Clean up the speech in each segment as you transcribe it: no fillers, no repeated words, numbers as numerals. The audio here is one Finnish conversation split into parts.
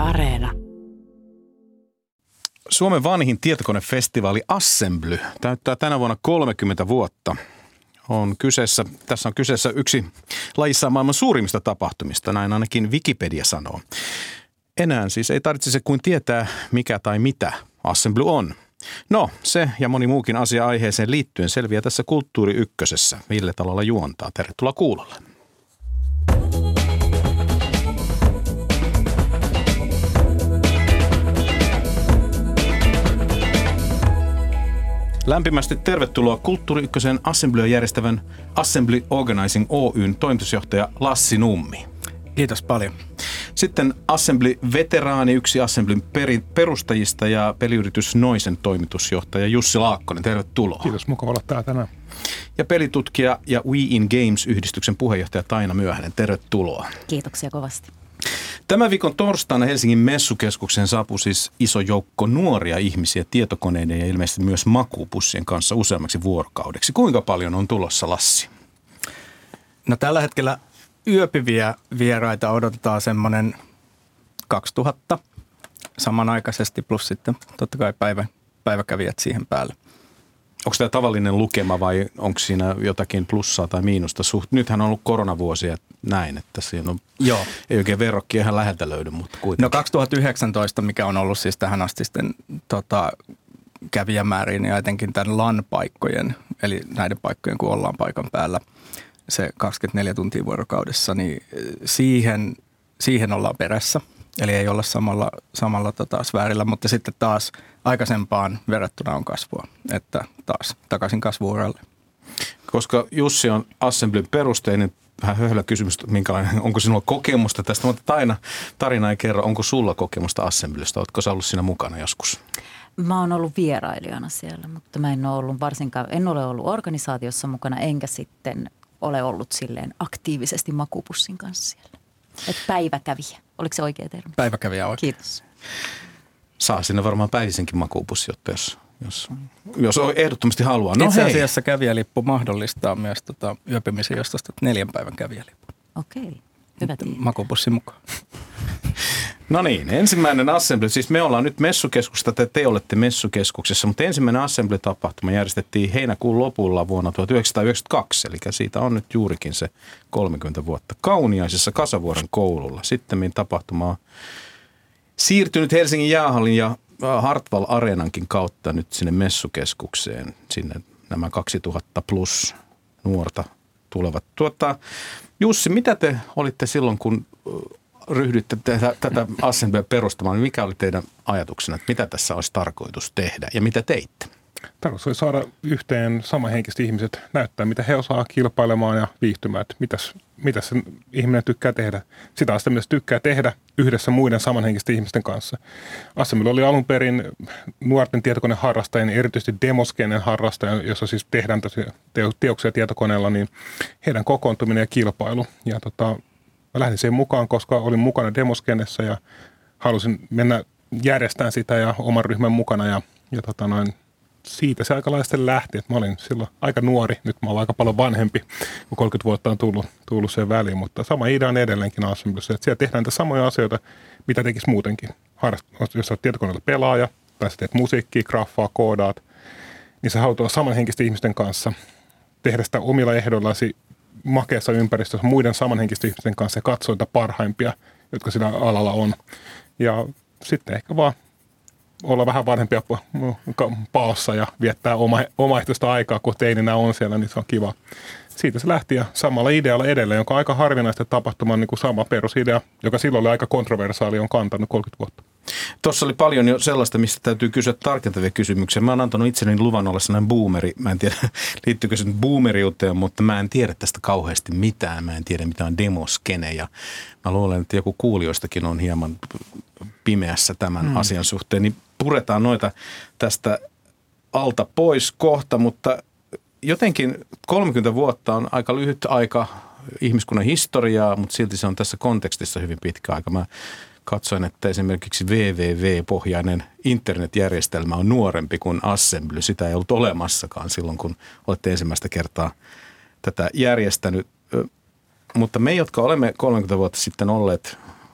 Areena. Suomen vanhin tietokonefestivaali Assembly täyttää tänä vuonna 30 vuotta. Tässä on kyseessä yksi lajissaan maailman suurimmista tapahtumista, näin ainakin Wikipedia sanoo. Enää siis ei tarvitse kuin tietää, mikä tai mitä Assembly on. No, se ja moni muukin asia aiheeseen liittyen selviää tässä Kulttuuri Ykkösessä. Ville Talolla juontaa. Tervetuloa kuulolle. Lämpimästi tervetuloa Kulttuuri Ykkösen Assemblyä järjestävän Assembly Organizing Oyn toimitusjohtaja Lassi Nummi. Kiitos paljon. Sitten Assembly-veteraani, yksi Assemblyn perustajista ja peliyritys Noisen toimitusjohtaja Jussi Laakkonen. Tervetuloa. Kiitos, mukava olla täällä tänään. Ja pelitutkija ja We in Games-yhdistyksen puheenjohtaja Taina Myöhänen. Tervetuloa. Kiitoksia kovasti. Tämän viikon torstaina Helsingin messukeskukseen saapui siis iso joukko nuoria ihmisiä tietokoneiden ja ilmeisesti myös makuupussien kanssa useammaksi vuorokaudeksi. Kuinka paljon on tulossa, Lassi? No tällä hetkellä yöpyviä vieraita odotetaan semmoinen 2000 samanaikaisesti plus sitten totta kai päiväkävijät siihen päälle. Onko tämä tavallinen lukema vai onko siinä jotakin plussaa tai miinusta? Nythän on ollut koronavuosia näin, että siinä on, ei oikein verrokkia ihan läheltä löydy, mutta kuitenkin. No 2019, mikä on ollut siis tähän asti sitten kävijämääriin ja etenkin tämän LAN-paikkojen, eli näiden paikkojen kun ollaan paikan päällä, se 24 tuntia vuorokaudessa, niin siihen ollaan perässä. Eli ei olla samalla sfäärillä, mutta sitten taas aikaisempaan verrattuna on kasvua, että taas takaisin kasvu-uralle. Koska Jussi on Assemblyn perusteinen, vähän höhlä kysymys, minkälainen, onko sinulla kokemusta tästä, mutta tarina ei kerro, onko sulla kokemusta Assemblystä, oletko sä ollut siinä mukana joskus? Mä oon ollut vierailijana siellä, mutta mä en ole ollut organisaatiossa mukana, enkä sitten ole ollut silleen aktiivisesti makuupussin kanssa siellä. Että päiväkävijä. Oliko se oikea termi? Päiväkävijä oikein. Kiitos. Saa sinne varmaan päivisenkin makuupussi, jos ehdottomasti haluaa. No itse asiassa kävijälippu mahdollistaa myös yöpymisen jostain 4 päivän kävijälippu. Okei, hyvä tiedä. Makuupussin mukaan. No niin, ensimmäinen Assembly. Siis me ollaan nyt messukeskuksessa, te olette messukeskuksessa, mutta ensimmäinen Assembly-tapahtuma järjestettiin heinäkuun lopulla vuonna 1992, eli siitä on nyt juurikin se 30 vuotta. Kauniaisessa Kasavuoren koululla. Sittemmin tapahtuma on siirtynyt Helsingin jäähallin ja Hartwall Areenankin kautta nyt sinne messukeskukseen. Sinne nämä 2000 plus nuorta tulevat. Jussi, mitä te olitte silloin, kun ryhdytte tätä Assemblyä perustamaan? Mikä oli teidän ajatuksena, että mitä tässä olisi tarkoitus tehdä ja mitä teitte? Tarkoitus oli saada yhteen samanhenkiset ihmiset näyttää, mitä he osaa kilpailemaan ja viihtymään, että mitä se ihminen tykkää tehdä. Sitä mitä se tykkää tehdä yhdessä muiden samanhenkisten ihmisten kanssa. Assembly oli alun perin nuorten tietokoneharrastajien, erityisesti demoskenen harrastajien, jossa siis tehdään teoksia tietokoneella, niin heidän kokoontuminen ja kilpailu. Ja mä lähdin siihen mukaan, koska olin mukana demoskenessä ja halusin mennä järjestämään sitä ja oman ryhmän mukana ja siitä se aika lailla sitten lähti, että mä olin silloin aika nuori, nyt mä olen aika paljon vanhempi, kun 30 vuotta on tullut sen väliin, mutta sama idea on edelleenkin Assemblyssä, että siellä tehdään niitä samoja asioita, mitä tekisi muutenkin. Jos sä oot tietokoneella pelaaja, tai sä teet musiikkia, graffaa, koodaat, niin sä haluat olla samanhenkisten ihmisten kanssa, tehdä sitä omilla ehdoillasi makeassa ympäristössä muiden samanhenkisten ihmisten kanssa ja katsoa niitä parhaimpia, jotka sillä alalla on. Ja sitten ehkä vaan olla vähän vanhempia paossa ja viettää omaehtoista aikaa, kun teininä on siellä, niin se on kiva. Siitä se lähti ja samalla idealla edelleen, joka on aika harvinaista tapahtuman niin kuin sama perusidea, joka silloin oli aika kontroversaali, on kantanut 30 vuotta. Tuossa oli paljon jo sellaista, mistä täytyy kysyä tarkentavia kysymyksiä. Mä oon antanut itselleni luvan olla sellainen boomeri. Mä en tiedä, liittyykö se nyt boomeriuteen, mutta mä en tiedä tästä kauheasti mitään. Mä en tiedä, mitä on demoskene ja mä luulen, että joku kuulijoistakin on hieman pimeässä tämän asian suhteen. Niin puretaan noita tästä alta pois kohta, mutta jotenkin 30 vuotta on aika lyhyt aika ihmiskunnan historiaa, mutta silti se on tässä kontekstissa hyvin pitkä aika. Mä katsoin, että esimerkiksi www-pohjainen internetjärjestelmä on nuorempi kuin Assembly. Sitä ei ollut olemassakaan silloin, kun olette ensimmäistä kertaa tätä järjestänyt. Mutta me, jotka olemme 30 vuotta sitten olleet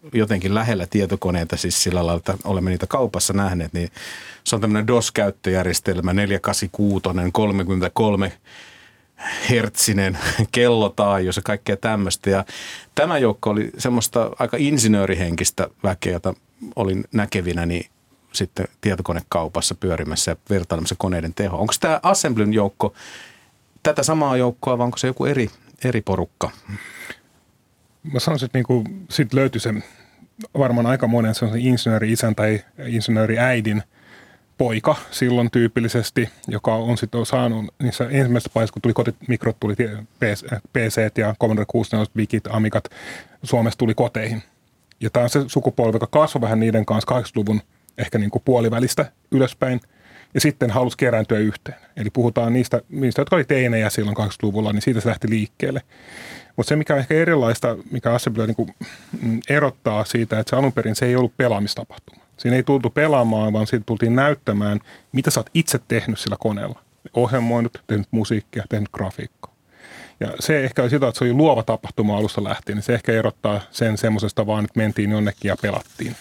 jotenkin lähellä tietokoneita, siis sillä lailla, että olemme niitä kaupassa nähneet, niin se on tämmöinen DOS-käyttöjärjestelmä, 486, 33 hertsinen kellotaajuus ja kaikkea tämmöistä. Ja tämä joukko oli semmoista aika insinöörihenkistä väkeä, jota olin näkevinäni sitten tietokonekaupassa pyörimässä ja vertailemassa koneiden tehoa. Onko tämä Assemblyn joukko tätä samaa joukkoa vai onko se joku eri porukka? Mä sanoisin, että niinku, siitä löytyi se varmaan aika monen insinööri-isän tai insinööri-äidin poika silloin tyypillisesti, joka on sitten saanut niissä ensimmäisessä paikassa, kun tuli kotimikrot, tuli PC:t ja Commodore 64, Wikit, Amigat, Suomessa tuli koteihin. Ja tämä on se sukupolvi, joka kasvoi vähän niiden kanssa 80-luvun ehkä niin kuin puolivälistä ylöspäin ja sitten halusi kerääntyä yhteen. Eli puhutaan niistä jotka oli teinejä silloin 80-luvulla, niin siitä se lähti liikkeelle. Mutta se, mikä on ehkä erilaista, mikä Assemblyä niin kuin erottaa siitä, että se alun perin se ei ollut pelaamistapahtuma. Siinä ei tultu pelaamaan, vaan siitä tultiin näyttämään, mitä sä oot itse tehnyt sillä koneella. Ohjelmoinut, tehnyt musiikkia, tehnyt grafiikkaa. Ja se ehkä oli sitä, että se oli luova tapahtuma alusta lähtien, niin se ehkä erottaa sen semmoisesta vaan, että mentiin jonnekin ja pelattiin.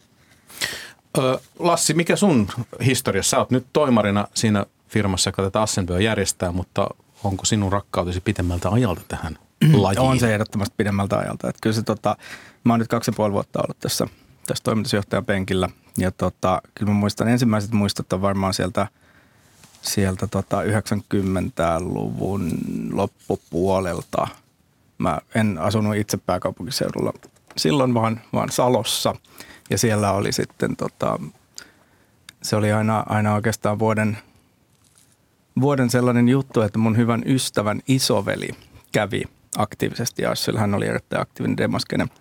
Lassi, mikä sun historiassa? Sä oot nyt toimarina siinä firmassa, joka tätä Assemblyä järjestää, mutta onko sinun rakkautesi pitemmältä ajalta tähän lajiin? On se ehdottomasti pidemmältä ajalta. Että kyllä se, mä oon nyt 2,5 vuotta ollut tässä toimitusjohtajan penkillä. Ja kyllä mä muistan, ensimmäiset muistot on varmaan sieltä 90-luvun loppupuolelta. Mä en asunut itse pääkaupunkiseudulla silloin, vaan Salossa. Ja siellä oli sitten, se oli aina oikeastaan vuoden sellainen juttu, että mun hyvän ystävän isoveli kävi aktiivisesti Assyllä. Hän oli erittäin aktiivinen Demoskenen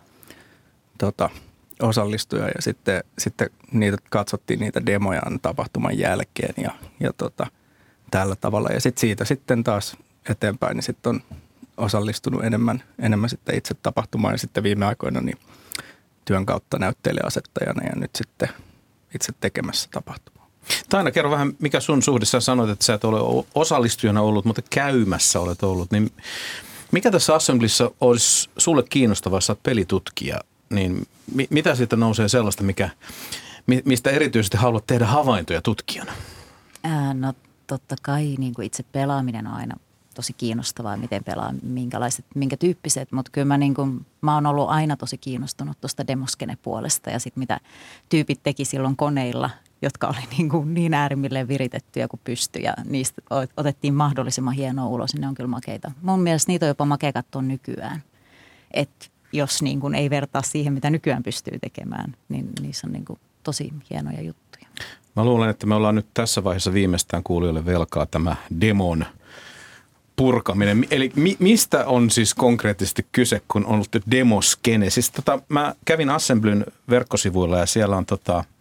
osallistuja ja sitten katsottiin niitä demoja tapahtuman jälkeen ja tällä tavalla. Ja sitten siitä sitten taas eteenpäin, niin sitten on osallistunut enemmän sitten itse tapahtumaan ja sitten viime aikoina niin työn kautta näyttelijäasettajana ja nyt sitten itse tekemässä tapahtumaa. Taina, kerro vähän, mikä sun suhde? Sä sanoit, että sä et ole osallistujana ollut, mutta käymässä olet ollut. Niin mikä tässä Assemblyssä olisi sulle kiinnostavaa, jos sä oot pelitutkija? Niin mitä siitä nousee sellaista, mistä erityisesti haluat tehdä havaintoja tutkijana? No totta kai niin kuin itse pelaaminen on aina tosi kiinnostavaa, miten pelaa, minkä tyyppiset, mutta kyllä mä oon ollut aina tosi kiinnostunut tuosta demoskene-puolesta ja sitten mitä tyypit teki silloin koneilla, jotka oli niin äärimmilleen viritettyjä kuin pystyi ja niistä otettiin mahdollisimman hienoa ulos, niin ne on kyllä makeita. Mun mielestä niitä on jopa makea katsoa nykyään, että jos ei vertaa siihen, mitä nykyään pystyy tekemään, niin niissä on tosi hienoja juttuja. Mä luulen, että me ollaan nyt tässä vaiheessa viimeistään kuulijoille velkaa tämä demon purkaminen. Eli mistä on siis konkreettisesti kyse, kun on ollut demoskene? Siis mä kävin Assemblyn verkkosivuilla ja siellä on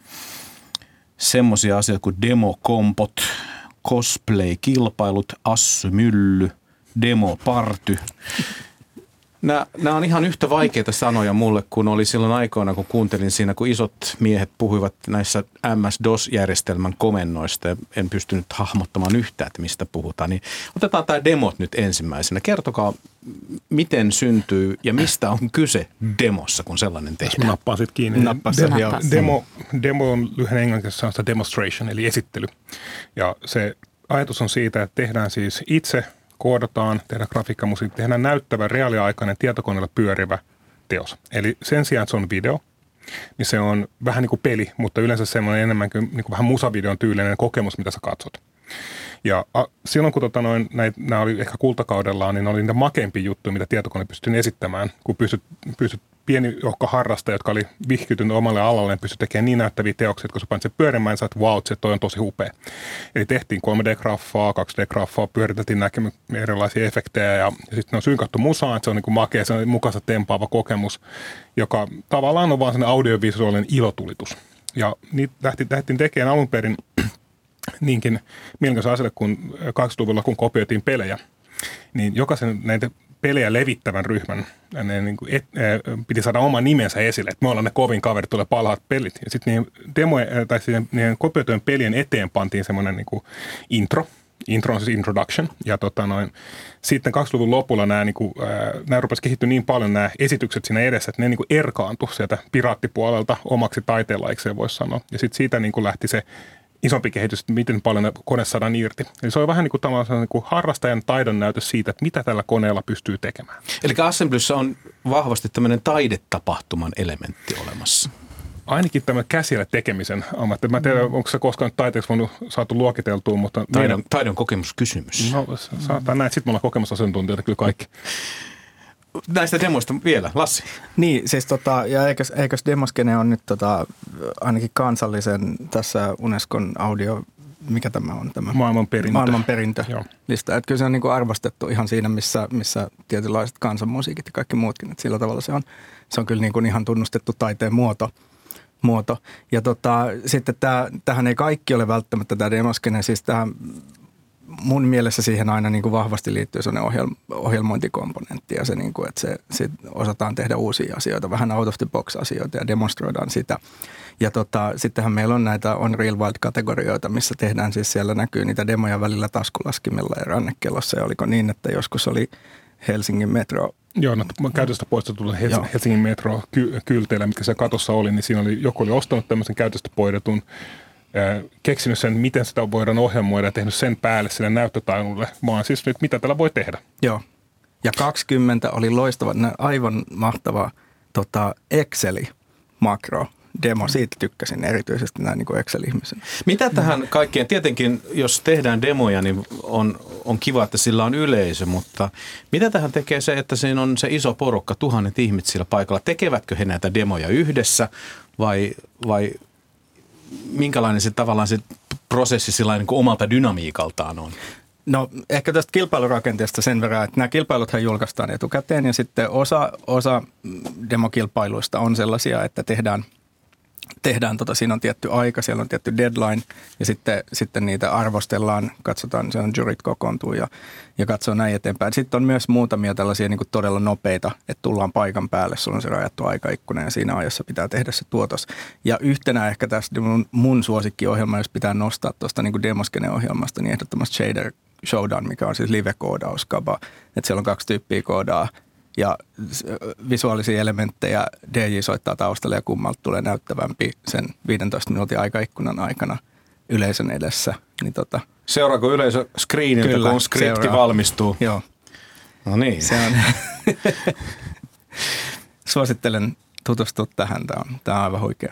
semmoisia asioita kuin demokompot, cosplay-kilpailut, assymylly, demoparty. Nämä on ihan yhtä vaikeita sanoja mulle, kun oli silloin aikoina, kun kuuntelin siinä, kun isot miehet puhuivat näissä MS-DOS-järjestelmän komennoista ja en pystynyt hahmottamaan yhtään, että mistä puhutaan. Niin otetaan tämä demot nyt ensimmäisenä. Kertokaa, miten syntyy ja mistä on kyse demossa, kun sellainen tehdään. Nappaan sitten kiinni. Demo on lyhyen englanniksi sanasta demonstration, eli esittely. Ja se ajatus on siitä, että tehdään siis itse koodataan, tehdään grafiikkamusiikki, tehdään näyttävä, reaaliaikainen, tietokoneella pyörivä teos. Eli sen sijaan, että se on video, niin se on vähän niin kuin peli, mutta yleensä semmoinen enemmänkin niin kuin vähän musavideon tyylinen kokemus, mitä sä katsot. Ja silloin, kun nämä oli ehkä kultakaudellaan, niin ne oli niitä makeimpia juttuja, mitä tietokone pystyi esittämään, kun pystyt pieni joukko harrastajia, jotka oli vihkytynyt omalle alalle, pystyi tekemään niin näyttäviä teoksia, että kun sä panit sen pyörimään, niin sä että wow, se toi on tosi upea. Eli tehtiin 3D-graffaa, 2D-graffaa, pyöriteltiin erilaisia efektejä ja sitten ne on synkattu musaan, että se on niin kuin makea, se on mukaansa tempaava kokemus, joka tavallaan on vaan sellainen audiovisuaalinen ilotulitus. Ja niitä lähdettiin tekemään alun perin niinkin mielenkiintoisen asialle, kun 80-luvulla, kun kopioitiin pelejä, niin jokaisen näitä pelejä levittävän ryhmän piti saada oma nimensä esille, että me ollaan ne kovin kaverit, tulee parhaat pelit. Ja sitten niiden kopioitujen pelien eteen pantiin semmoinen intro, intro on siis Introduction. Ja sitten 20-luvun lopulla nämä rupesivat kehittyä niin paljon nämä esitykset siinä edessä, että ne niin kuin erkaantui sieltä piraattipuolelta omaksi taiteenlajikseen, voisi sanoa. Ja sitten siitä niin kuin lähti se isompi kehitys, että miten paljon ne kone saadaan irti. Eli se on vähän niin kuin tavallaan niin kuin harrastajan taidon näytös siitä, että mitä tällä koneella pystyy tekemään. Eli Assemblyssä on vahvasti tämmöinen taidetapahtuman elementti olemassa. Ainakin tämän käsillä tekemisen ammatti. Mä en tiedä, onko se koskaan taiteeksi voinut saatu luokiteltua, mutta... Taidon kokemuskysymys. No, saattaa näin. Sitten me ollaan kokemusasiantuntijoita kyllä kaikki. Näistä demoista vielä, Lassi. Niin, siis ja eikös Demoskene on nyt ainakin kansallisen tässä Unescon audio, mikä tämä on? Tämä maailmanperintölista. Että kyllä se on niin kuin arvostettu ihan siinä, missä tietynlaiset kansanmusiikit ja kaikki muutkin. Että sillä tavalla se on kyllä niin kuin ihan tunnustettu taiteen muoto. Ja sitten tähän ei kaikki ole välttämättä tämä Demoskene, siis tähän mun mielessä siihen aina niin kuin vahvasti liittyy sellainen ohjelmointikomponentti ja se, niin kuin, että se osataan tehdä uusia asioita, vähän out of the box asioita ja demonstroidaan sitä. Ja sittenhän meillä on näitä Unreal Wild-kategorioita, missä tehdään siis siellä näkyy niitä demoja välillä taskulaskimella ja rannekellossa. Ja oliko niin, että joskus oli Helsingin metro. Joo, no käytöstä poistettu Helsingin metro kylteillä, mitkä siellä katossa oli, niin siinä joku oli ostanut tämmöisen käytöstä poidetun, keksinyt sen, miten sitä voidaan ohjelmoida ja tehnyt sen päälle sille näyttötainulle, vaan siis nyt mitä tällä voi tehdä. Joo, ja 20 oli loistava, aivan mahtava Excel-makro. Demo, siitä tykkäsin erityisesti näin niin kuin Excel-ihmisenä. Mitä tähän kaikkeen, tietenkin jos tehdään demoja, niin on kiva, että sillä on yleisö, mutta mitä tähän tekee se, että siinä on se iso porukka, 1000 ihmiset sillä paikalla? Tekevätkö he näitä demoja yhdessä vai minkälainen se tavallaan se prosessi sillä niin kuin omalta dynamiikaltaan on? No ehkä tästä kilpailurakenteesta sen verran, että nämä kilpailuthan julkaistaan etukäteen ja sitten osa demokilpailuista on sellaisia, että tehdään siinä on tietty aika, siellä on tietty deadline ja sitten niitä arvostellaan, katsotaan, se on jurit kokoontuu ja katsoo näin eteenpäin. Sitten on myös muutamia tällaisia niin kuin todella nopeita, että tullaan paikan päälle, sulla on se rajattu aikaikkuna ja siinä ajassa pitää tehdä se tuotos. Ja yhtenä ehkä tästä mun suosikkiohjelma, jos pitää nostaa tuosta niin kuin Demoskene-ohjelmasta, niin ehdottomasti Shader Showdown, mikä on siis live-koodauskaba, että siellä on 2 tyyppiä koodaa. Ja visuaalisia elementtejä DJ soittaa taustalle ja kummalta tulee näyttävämpi sen 15 minuutin aikaikkunan aikana yleisön edessä. Niin Seuraako yleisö screeniltä, kun skripti valmistuu? Joo. No niin. Se on. Suosittelen tutustua tähän. Tämä on aivan huikea.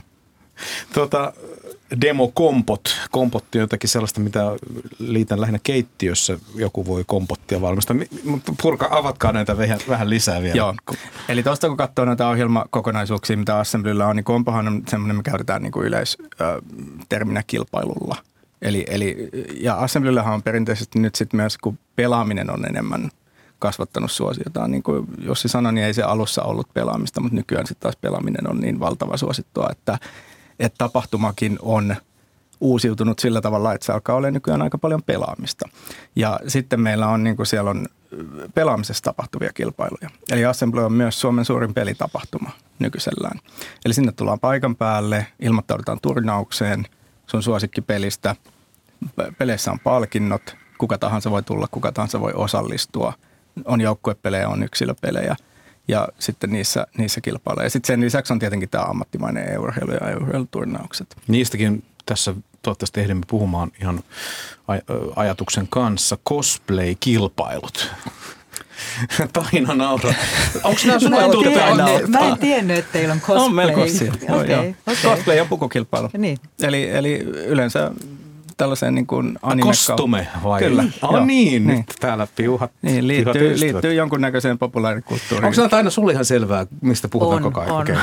Kompotti on jotakin sellaista, mitä liitän lähinnä keittiössä. Joku voi kompottia valmistaa. Mutta avatkaa näitä vähän lisää vielä. Joo. Eli tuosta kun katsoo näitä ohjelmakokonaisuuksia, mitä Assemblyllä on, niin kompohan on semmoinen, me käytetään niin kuin yleisterminä kilpailulla. Ja Assemblyllähän on perinteisesti nyt sitten myös, kun pelaaminen on enemmän kasvattanut suosiotaan. Niin kuin Jussi sanoi, niin ei se alussa ollut pelaamista, mutta nykyään sitten taas pelaaminen on niin valtava suosittua, että tapahtumakin on uusiutunut sillä tavalla, että se alkaa olla nykyään aika paljon pelaamista. Ja sitten meillä on, niin kuin siellä on pelaamisessa tapahtuvia kilpailuja. Eli Assembly on myös Suomen suurin pelitapahtuma nykyisellään. Eli sinne tullaan paikan päälle, ilmoittaudutaan turnaukseen sun suosikkipelistä. Peleissä on palkinnot, kuka tahansa voi tulla, kuka tahansa voi osallistua. On joukkuepelejä, on yksilöpelejä. Ja sitten niissä kilpailee. Ja sitten sen lisäksi on tietenkin tämä ammattimainen e-urheilu ja e-urheiluturnaukset. Niistäkin tässä toivottavasti ehdimme puhumaan ihan ajatuksen kanssa. Cosplay-kilpailut. Taina nauraa. Onko nämä sun tuttuja? Mä en tiennyt, että teillä on cosplay. On melko siellä. Okay. Cosplay on pukukilpailu. Niin. Eli yleensä tällaiseen niin kuin kostume vai? Kyllä. Niin, nyt täällä piuhat. Niin, liittyy jonkunnäköiseen populaarikulttuuriin. Onko se aina sulle ihan selvää, mistä puhutaan koko ajan? On. Okay.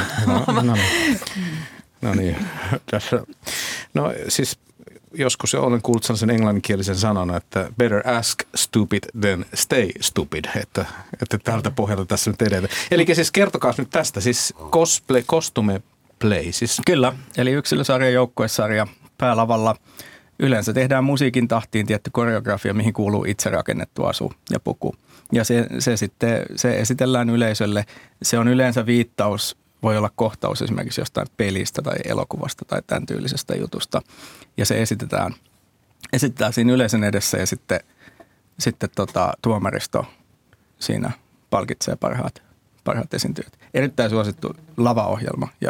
No niin. Tässä. No siis joskus olen kuullut sellaisen englanninkielisen sanan, että better ask stupid than stay stupid, että tältä pohjalta tässä nyt edetään. Eli siis kertokaa nyt tästä, siis costume play. Siis. Kyllä, eli yksilösarja, joukkuesarja päälavalla. Yleensä tehdään musiikin tahtiin tietty koreografia, mihin kuuluu itse rakennettu asu ja puku. Ja se esitellään yleisölle. Se on yleensä viittaus, voi olla kohtaus esimerkiksi jostain pelistä tai elokuvasta tai tämän tyylisestä jutusta. Ja se esitetään esittää siinä yleisön edessä ja sitten tuomaristo siinä palkitsee parhaat esiintyjät. Erittäin suosittu lavaohjelma ja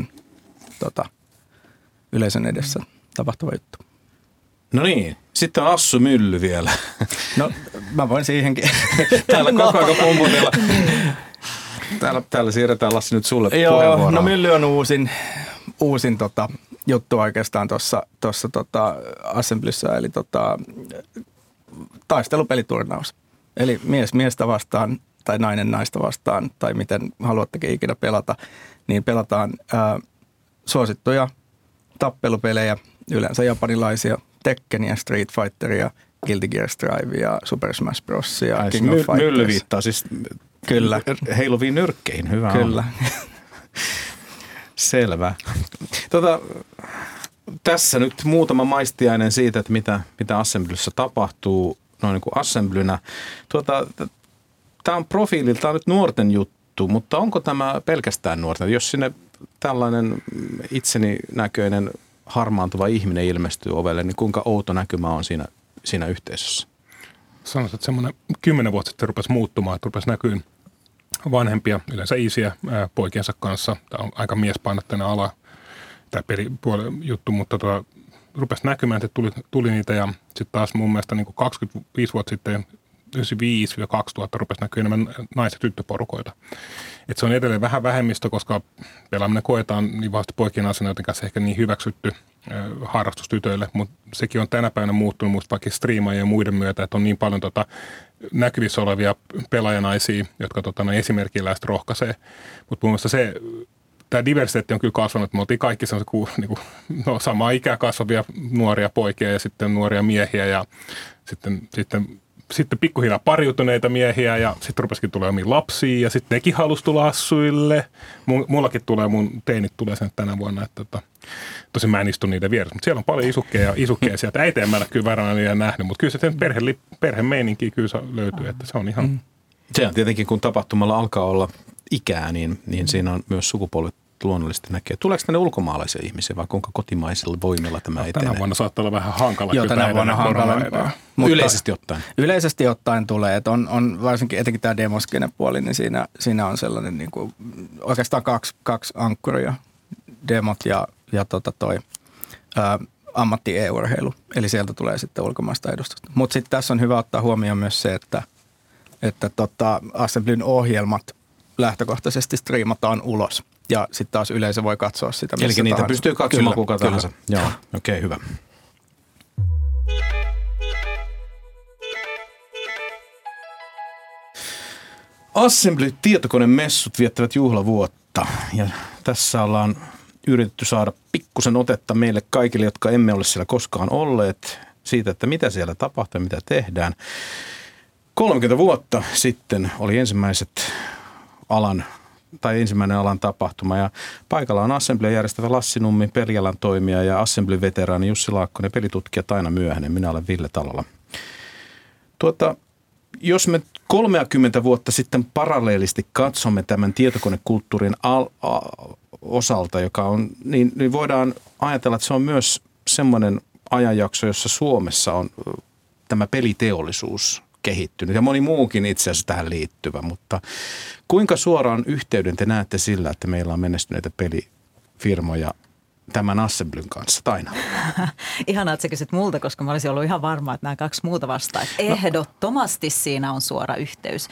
yleisön edessä tapahtuva juttu. No niin, sitten on Assu Mylly vielä. No mä voin siihenkin. Täällä koko ajan pompotella. Täällä siirretään Lassi nyt sulle puheenvuoroa. No Mylly on uusin juttu oikeastaan tuossa Assemblyssä, eli taistelupeliturnaus. Eli mies miestä vastaan tai nainen naista vastaan, tai miten haluattekin ikinä pelata, niin pelataan suosittuja tappelupelejä, yleensä japanilaisia, Tekkeniä, Street Fighteria, Guilty Gear Strivea, Super Smash Bros. Ja King of Fighters. Mylly viittaa siis kyllä heiluviin nyrkkeihin, hyvä kyllä. On. Selvä. Tässä nyt muutama maistiainen siitä, että mitä Assemblyssä tapahtuu noin niin kuin Assemblynä. Tämä on profiililtaan nyt nuorten juttu, mutta onko tämä pelkästään nuorten? Jos sinne tällainen itseni näköinen harmaantuva ihminen ilmestyy ovelle, niin kuinka outo näkymä on siinä yhteisössä? Sanoisin, että semmoinen 10 vuotta sitten rupesi muuttumaan, että rupesi näkyy vanhempia, yleensä isiä poikiensa kanssa. Tämä on aika miespainotteinen ala, tämä pelipuolen juttu, mutta rupesi näkymään, että tuli niitä ja sitten taas mun mielestä niin kuin 25 vuotta sitten 1995-2000 rupesi näkyä enemmän nais- ja tyttöporukoita. Et se on edelleen vähän vähemmistö, koska pelaaminen koetaan niin vahvasti poikien asioiden kanssa ehkä niin hyväksytty harrastus tytöille, mutta sekin on tänä päivänä muuttunut muista vaikka striimaajien ja muiden myötä, että on niin paljon näkyvissä olevia pelaajanaisia, jotka esimerkillä rohkaisee. Mutta mun mielestä tämä diversiteetti on kyllä kasvanut. Me oltiin kaikki samaa ikää kasvavia nuoria poikia ja sitten nuoria miehiä ja sitten pikkuhiljaa pariutuneita miehiä ja sitten rupesikin tulee omia lapsia ja sitten nekin halusi tulla Assuille. Mullakin mun teinit tulee sen tänä vuonna, että tosin mä en istu niiden vieressä, mutta siellä on paljon isukkeja sieltä. Äiteen mä en kyllä varmaan niitä nähnyt, mutta kyllä se perhemeininkiä kyllä löytyy, että se on ihan... Se on tietenkin, kun tapahtumalla alkaa olla ikää, niin siinä on myös sukupolvet luonnollisesti näkee. Tuleeko tänne ulkomaalaisia ihmisiä vai kuinka kotimaisilla voimilla tämä etenee? Tänä vuonna saattaa olla vähän hankala. Joo, tänä vuonna hankala. Yleisesti ottaen? Yleisesti ottaen tulee. Että on varsinkin etenkin tämä demoskenen puoli, niin siinä on sellainen niin kuin, oikeastaan kaksi ankkuria. Demot ja ammatti-e-urheilu. Eli sieltä tulee sitten ulkomaista edustusta. Mutta sitten tässä on hyvä ottaa huomioon myös se, että Assemblyn ohjelmat lähtökohtaisesti striimataan ulos. Ja sitten taas yleisö voi katsoa sitä missä eli niitä tahansa. Pystyy katsomaan kuka tahansa. Joo, okei, hyvä. Assembly-tietokonemessut viettävät juhlavuotta ja tässä ollaan yritetty saada pikkusen otetta meille kaikille, jotka emme ole siellä koskaan olleet siitä, että mitä siellä tapahtuu ja mitä tehdään. 30 vuotta sitten oli ensimmäinen alan tapahtuma ja paikalla on Assembly järjestävä Lassi Nummi, pelialan toimija ja Assembly-veteraani Jussi Laakkonen, pelitutkija Taina Myöhänen. Minä olen Ville Talola. Jos me 30 vuotta sitten paralleellisesti katsomme tämän tietokonekulttuurin osalta, joka on, niin voidaan ajatella, että se on myös semmoinen ajanjakso, jossa Suomessa on tämä peliteollisuus kehittynyt ja moni muukin itse asiassa tähän liittyvä, mutta kuinka suoraan yhteyden te näette sillä, että meillä on menestyneitä pelifirmoja tämän Assemblyn kanssa? Taina. Ihanaa, että sä kysyt multa, koska mä olisin ollut ihan varma, että nämä kaksi muuta vastaan. Ehdottomasti siinä on suora yhteys.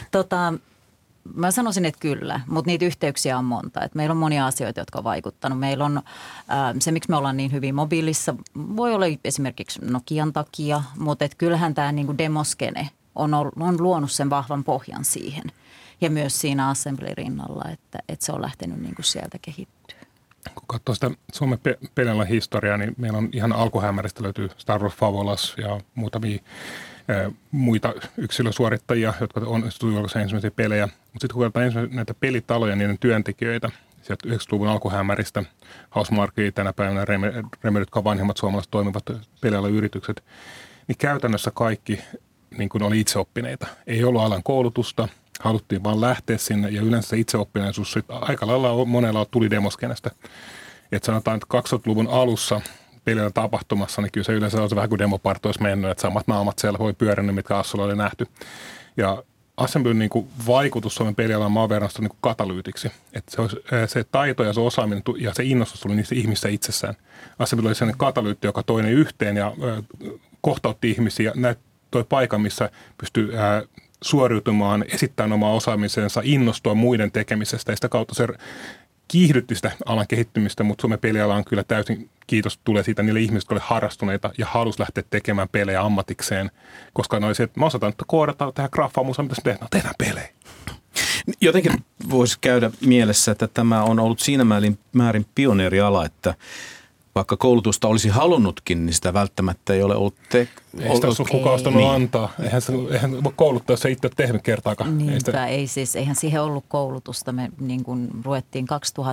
Mä sanoisin, että kyllä, mutta niitä yhteyksiä on monta. Et meillä on monia asioita, jotka on vaikuttanut. Meillä on se, miksi me ollaan niin hyvin mobiilissa, voi olla esimerkiksi Nokian takia, mutta kyllähän tämä niinku demoskene on luonut sen vahvan pohjan siihen. Ja myös siinä Assembly rinnalla, että se on lähtenyt niinku sieltä kehittyä. Kun katsoo sitä Suomen pelialan historiaa, niin meillä on ihan alkuhämäristä löytyy Star Wars Favolas ja muutamia muita yksilösuorittajia, jotka onnistuivat julkaisemaan ensimmäisiä pelejä. Mutta sitten kun katsotaan näitä pelitaloja ja niiden työntekijöitä, sieltä 90-luvun alkuhämäristä, Housemarque, tänä päivänä Remedy, jotka vanhemmat suomalaiset toimivat pelialan yritykset, niin käytännössä kaikki niin kuin oli itseoppineita. Ei ollut alan koulutusta, haluttiin vaan lähteä sinne ja yleensä se itseoppinaisuus aika lailla monella tuli demoskenestä. Että sanotaan, että 2000-luvun alussa pelialan tapahtumassa, niin kyllä se yleensä on se vähän kuin demoparto olisi mennyt, että samat naamat siellä voi pyörinyt, mitkä Assulla oli nähty. Ja Assemblyn niin kuin vaikutus Suomen pelialan maaverrasta niin kuin katalyytiksi. Että se taito ja se osaaminen ja se innostus tuli niissä ihmisissä itsessään. Assembly oli sellainen katalyytti, joka toi ne yhteen ja kohtautti ihmisiä. Toi paikan, missä pystyy suoriutumaan, esittämään omaa osaamisensa, innostua muiden tekemisestä. Ja sitä kautta se kiihdytti sitä alan kehittymistä, mutta Suomen peliala on kyllä täysin, kiitos tulee siitä niille ihmisille, jotka olivat harrastuneita ja halusi lähteä tekemään pelejä ammatikseen, koska ne oli se, että mä osataan koodata, tehdä graffaa, musa, mitä tehdään? No, tehdään pelejä. Jotenkin voisi käydä mielessä, että tämä on ollut siinä määrin pioneeriala, että vaikka koulutusta olisi halunnutkin, niin sitä välttämättä ei ole ollut Ei sitä ole kukaan ostanut antaa. Eihän voi kouluttaa, jos ei itse ole tehnyt kertaakaan. Niinpä, eihän siihen ollut koulutusta. Me niin kuin ruvettiin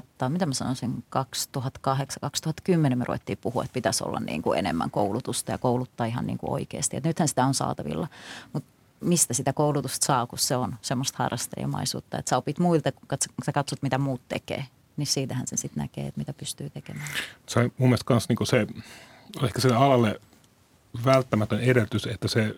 2008-2010 me ruvettiin puhua, että pitäisi olla niin kuin enemmän koulutusta ja kouluttaa ihan niin kuin oikeasti. Et nythän sitä on saatavilla, mutta mistä sitä koulutusta saa, kun se on semmoista harrastajamaisuutta, että sä opit muilta, kun sä katsot, mitä muut tekee. Niin siitähän se sitten näkee, että mitä pystyy tekemään. Se on mun mielestä myös niinku se, ehkä se alalle välttämätön edellytys, että se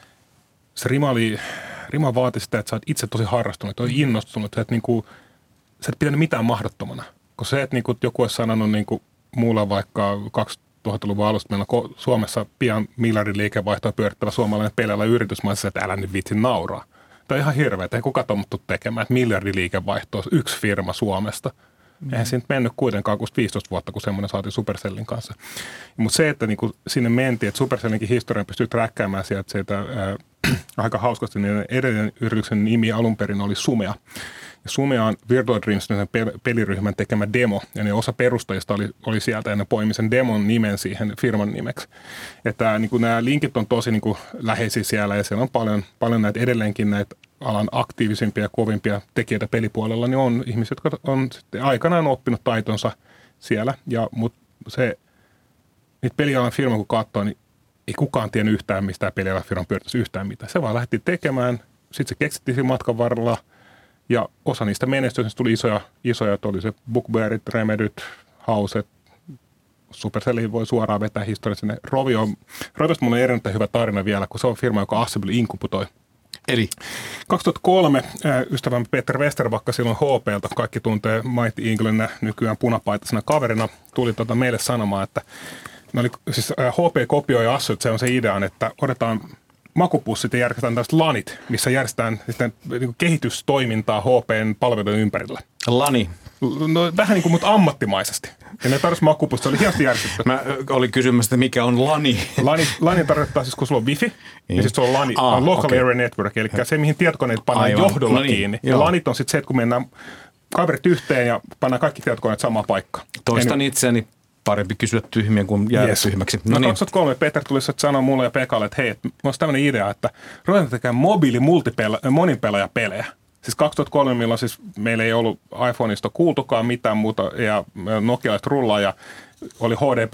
rima vaati sitä, että sä oot itse tosi harrastunut, että oot innostunut, että niinku, sä et pitänyt mitään mahdottomana. Kun se, että niinku, joku olisi sanonut niinku, mulla vaikka 2000-luvun alusta, meillä on Suomessa pian miljardin liikevaihtoa pyörittävä suomalainen peliala yritys, mä sanoin, että älä nyt vitsi nauraa. Tämä on ihan hirveä, että ei kukaan tuommoittu tekemään, että miljardin liikevaihtoa yksi firma Suomesta. Eihän siinä mennyt kuitenkaan kuin 15 vuotta, kun semmoinen saatiin Supercellin kanssa. Mutta se, että niinku sinne mentiin, että Supercellinkin historian pystyy träkkäämään sieltä aika hauskasti, niin edellinen yrityksen nimi alun perin oli Sumea. Ja Sumea on Virtual Dreams peliryhmän tekemä demo, ja ne osa perustajista oli sieltä, ja ne poimi sen demon nimen siihen firman nimeksi. Että niinku nämä linkit on tosi niinku läheisiä siellä, ja siellä on paljon näitä edelleenkin näitä alan aktiivisimpia ja kovimpia tekijöitä pelipuolella, niin on ihmisiä, jotka on sitten aikanaan oppinut taitonsa siellä. Mutta se, niitä pelialan firma kun katsoo, niin ei kukaan tiennyt yhtään, mistä tämä pelialan firma pyörittäisi yhtään mitään. Se vaan lähti tekemään, sitten se keksittiin siinä matkan varrella, ja osa niistä menestyksistä tuli isoja, että oli se BookBearit, Remedyt, Hauset, Supercelliin voi suoraan vetää historiaa sinne. Roviosta mulla on erittäin hyvä tarina vielä, kun se on firma, joka Assembly inkubutoi. Eli 2003 ystävämme Peter Westerbacka silloin HP:ltä, kaikki tuntee Mighty Englandin nykyään punapaitasena kaverina, tuli meille sanomaan, että HP kopioi Assyt, se on se idea, että otetaan makupussit ja järjestetään tällaiset lanit, missä järjestetään niin kehitystoimintaa HP:n palveluiden ympärillä. Lani. No, vähän niin kuin, mutta ammattimaisesti. Ja ne tarvitsi makupussit, se oli hienosti järjestetty. Mä olin kysymässä, että mikä on lani. Lani tarkoittaa siis, kun sulla on wifi, ja sitten sulla on lani, local area network, eli se, mihin tietokoneet pannaan johdolla kiinni. Ja lanit on sitten se, että kun mennään kaverit yhteen ja pannaan kaikki tietokoneet samaan paikkaan. Toistan itseäni. Parempi kysyä tyhmiä kuin jäädä tyhmäksi. No 2003 Peter tuli sanoa mulle ja Pekalle, että hei, että olisi tämmöinen idea, että ruvetaan tekemään monipelaajapelejä. Siis 2003, milloin siis meillä ei ollut iPhoneista kuultukaan mitään muuta ja nokialaiset rullaa ja oli HDP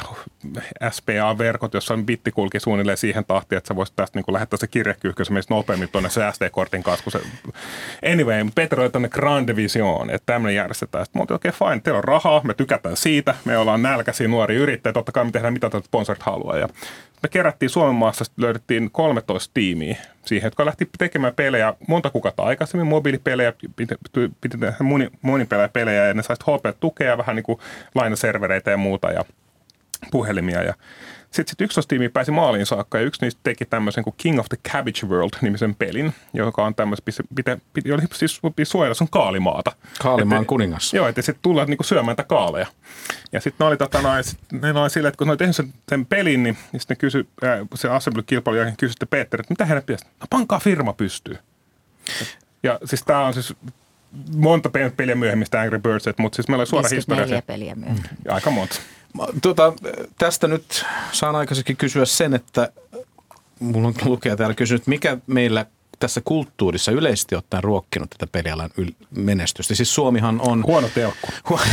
SPA-verkot, jossa bitti kulki suunnilleen siihen tahtiin, että sä voisit tästä niin lähettää se kirjekyyhkö, se menisi nopeammin tuonne se SD-kortin kanssa. Anyway, Peter oli tänne Grande Vision, että tämmöinen järjestetään. Sitten me oltiin oikein fine, teillä on rahaa, me tykätään siitä, me ollaan nälkäisiä nuoria yrittäjiä, totta kai me tehdään mitä tätä sponsorit haluaa. Ja me kerättiin Suomen maassa, löydettiin 13 tiimiä siihen, jotka lähti tekemään pelejä monta kuukautta aikaisemmin, mobiilipelejä, piti tehdä monipelejä ja ne saisi HP-tukea, vähän niin kuin lainaservereitä ja muuta ja puhelimia. Ja sitten 11 tiimiä pääsi maaliin saakka ja yksi niistä teki tämmöisen kuin King of the Cabbage World-nimisen pelin, joka on tämmöisen, oli siis suojella sun kaalimaata. Kaalimaan kuningas. Joo, että sitten tullaan niinku syömään tätä kaaleja. Ja sitten ne oli silleen, että kun ne oli tehnyt sen pelin, niin sitten kysyi, se Assembly-kilpailija kysyi Peter, että mitä heidän pitäisi? No pankaa firma pystyy. Ja siis tämä on siis monta peliä myöhemmin sitä Angry Birds, mutta siis meillä oli suora historia. 54 peliä myöhemmin. Aika monta. Tästä nyt saan aikaisemmin kysyä sen, että mulla on lukija täällä kysynyt, mikä meillä tässä kulttuurissa yleisesti ottaen ruokkinut tätä pelialan menestystä. Siis Suomihan on... Huono telkku.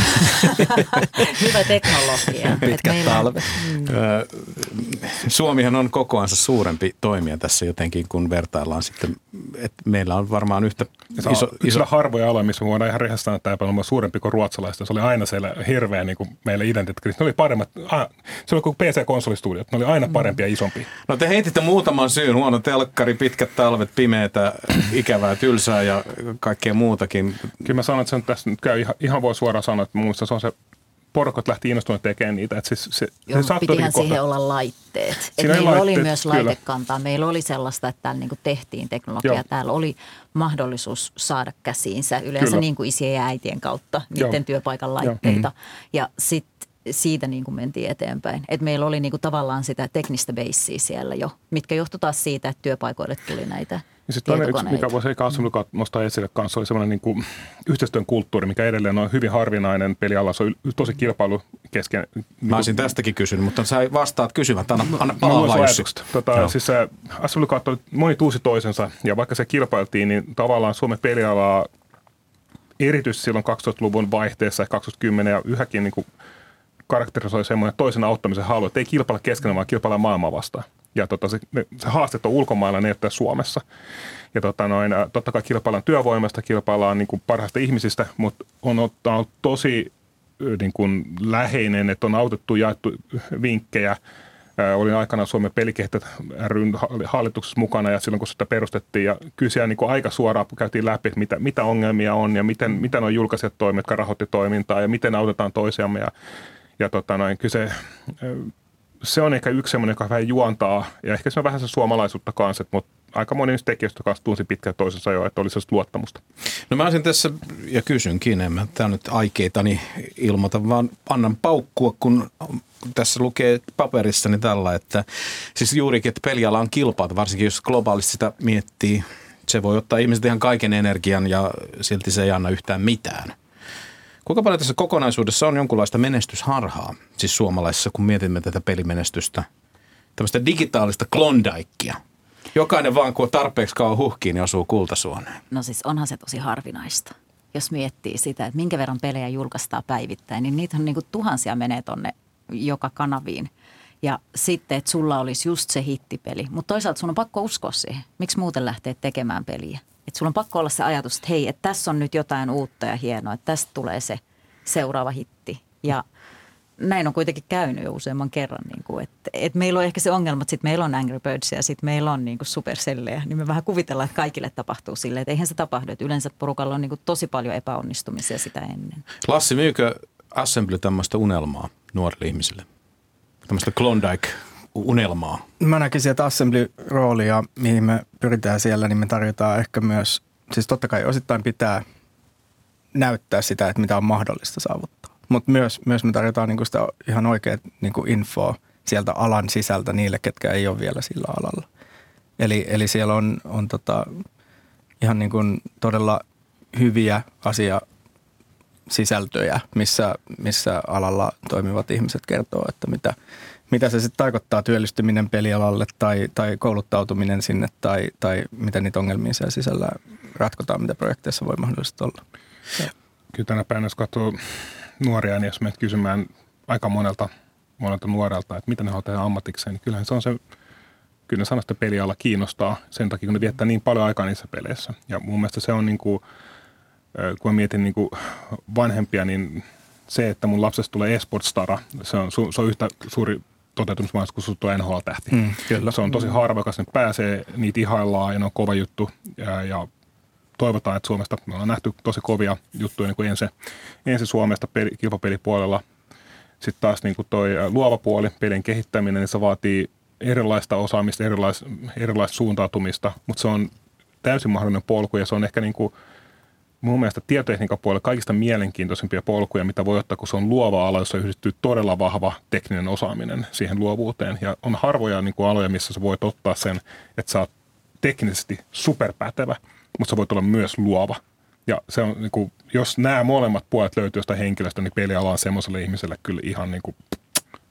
Hyvä teknologia. Pitkät talvet. Suomihan on kokoansa suurempi toimija tässä jotenkin, kun vertaillaan sitten että meillä on varmaan yhtä iso harvoja aloja, missä me voidaan ihan rehellisesti sanoa, että tämä on suurempi kuin ruotsalaista. Se oli aina siellä hirveä niin kuin meillä identiteetti. Ne oli paremmat, se oli kuin PC-konsolistudiot, ne oli aina parempia ja isompia. No te heititte muutaman syyn, huono telkkari, pitkät talvet, pimeätä, ikävää, tylsää ja kaikkea muutakin. Kyllä mä sanon, että se on tässä nyt käy ihan voi suoraan sanoa, että mun mielestä se on se porukot lähti innostuneet tekemään niitä. Että siis pitihän siihen olla laitteet. Meillä oli myös laitekantaa. Meillä oli sellaista, että täällä niinku tehtiin teknologiaa. Joo. Täällä oli mahdollisuus saada käsiinsä yleensä niin kuin isien ja äitien kautta niiden työpaikan laitteita. Ja sitten siitä niin kuin mentiin eteenpäin. Et meillä oli niin kuin tavallaan sitä teknistä beissiä siellä jo, mitkä johtui taas siitä, että työpaikoille tuli näitä tietokoneita. Toinen, mikä voisi Assembly nostaa esille kanssa, oli sellainen niin kuin yhteistyön kulttuuri, mikä edelleen on hyvin harvinainen peliala. Se on tosi kilpailu kesken. Mä olisin tästäkin kysynyt, mutta sä vastaat kysyvän. Anna palaa vaan Siis Assembly oli moni tuusi toisensa, ja vaikka se kilpailtiin, niin tavallaan Suomen pelialaa erityisesti silloin 2000-luvun vaihteessa ja 2010 ja yhäkin niin kuin karakterisoi semmoinen toisen auttamisen halu, että ei kilpailla keskenään, vaan kilpailla maailmaa vastaan. Ja se haasteet on ulkomailla, ne ei ole Suomessa. Ja totta kai kilpaillaan työvoimasta, kilpaillaan niin kuin parhaista ihmisistä, mutta on ollut tosi niin kuin läheinen, että on autettu, jaettu vinkkejä. Olin aikanaan Suomen pelikehittäjät ry:n hallituksessa mukana ja silloin kun sitä perustettiin ja kyllä siellä niin kuin aika suoraan käytiin läpi, että mitä ongelmia on ja miten on julkaiset toimet, jotka rahoitti toimintaa ja miten autetaan toisiamme ja kyllä se on ehkä yksi semmoinen, joka vähän juontaa, ja ehkä se on vähän se suomalaisuutta kanssa, mutta aika moni niistä tekijöistä kanssa tunsi pitkään toisensa jo, että oli sellaista luottamusta. No mä olisin tässä, ja kysynkin, tämä on nyt aikeitani ilmoita, vaan annan paukkua, kun tässä lukee paperissani tällä, että siis juurikin, että peliala on kilpailta, varsinkin jos globaalisti sitä miettii, se voi ottaa ihmiset ihan kaiken energian, ja silti se ei anna yhtään mitään. Kuinka paljon tässä kokonaisuudessa on jonkunlaista menestysharhaa, siis suomalaisissa, kun mietimme tätä pelimenestystä, tämmöistä digitaalista Klondikea? Jokainen vaan, kun on tarpeeksi kauan huhkiin, niin osuu kultasuoneen. No siis onhan se tosi harvinaista, jos miettii sitä, että minkä verran pelejä julkaistaan päivittäin, niin niitä on niin kuin tuhansia menee tonne joka kanaviin. Ja sitten, että sulla olisi just se hittipeli, mutta toisaalta sun on pakko uskoa siihen. Miksi muuten lähtee tekemään peliä? Että sulla on pakko olla se ajatus, että hei, että tässä on nyt jotain uutta ja hienoa, että tästä tulee se seuraava hitti. Ja näin on kuitenkin käynyt jo useamman kerran. Niin kuin, että meillä on ehkä se ongelma, että sitten meillä on Angry Birdsia ja sitten meillä on niin kuin Supercellejä. Niin me vähän kuvitellaan, että kaikille tapahtuu silleen, että eihän se tapahdu. Että yleensä porukalla on niin kuin tosi paljon epäonnistumisia sitä ennen. Lassi, myykö Assembly tämmöistä unelmaa nuorille ihmisille? Tämmöistä Klondike-unelmaa? Mä näkisin, että Assembly-roolia, mihin me pyritään siellä, niin me tarjotaan ehkä myös, siis totta kai osittain pitää näyttää sitä, että mitä on mahdollista saavuttaa. Mutta myös me tarjotaan niinku sitä ihan oikeaa niinku infoa sieltä alan sisältä niille, ketkä ei ole vielä sillä alalla. Eli siellä on ihan niinku todella hyviä asiasisältöjä, missä alalla toimivat ihmiset kertoo, että mitä se sitten tarkoittaa työllistyminen pelialalle tai kouluttautuminen sinne tai mitä niitä ongelmia siellä sisällä ratkotaan, mitä projekteissa voi mahdollisesti olla. Kyllä tänä päivänä, jos katsoo nuoria, niin jos menet kysymään aika monelta nuorelta, että mitä ne haluaa tehdä ammatikseen, niin kyllähän se on se, kyllä ne sanoo, että peliala kiinnostaa sen takia, kun ne viettää niin paljon aikaa niissä peleissä. Ja mun mielestä se on niin kuin, kun mä mietin niin kuin vanhempia, niin se, että mun lapsesta tulee e-sportstara, se on yhtä suuri toteutumismahdollisuus, kun sulla tulee NHL-tähti. Kyllä. Se on tosi harva, joka sinne pääsee, niitä ihaillaan ja ne on kova juttu ja toivotaan, että Suomesta me ollaan nähty tosi kovia juttuja niin kuin ensin Suomesta kilpapelipuolella. Sitten taas niin kuin toi luova puoli, pelin kehittäminen, niin se vaatii erilaista osaamista, erilaista suuntautumista, mutta se on täysin mahdollinen polku ja se on ehkä niin kuin mun mielestä tietotekniikan puolella kaikista mielenkiintoisimpia polkuja, mitä voi ottaa, kun se on luova ala, jossa yhdistyy todella vahva tekninen osaaminen siihen luovuuteen. Ja on harvoja niin kuin aloja, missä sä voit ottaa sen, että sä oot teknisesti superpätevä, mutta sä voit olla myös luova. Ja se on, niin kuin, jos nämä molemmat puolet löytyy jostain henkilöstä, niin peliala on semmoiselle ihmiselle kyllä ihan niin kuin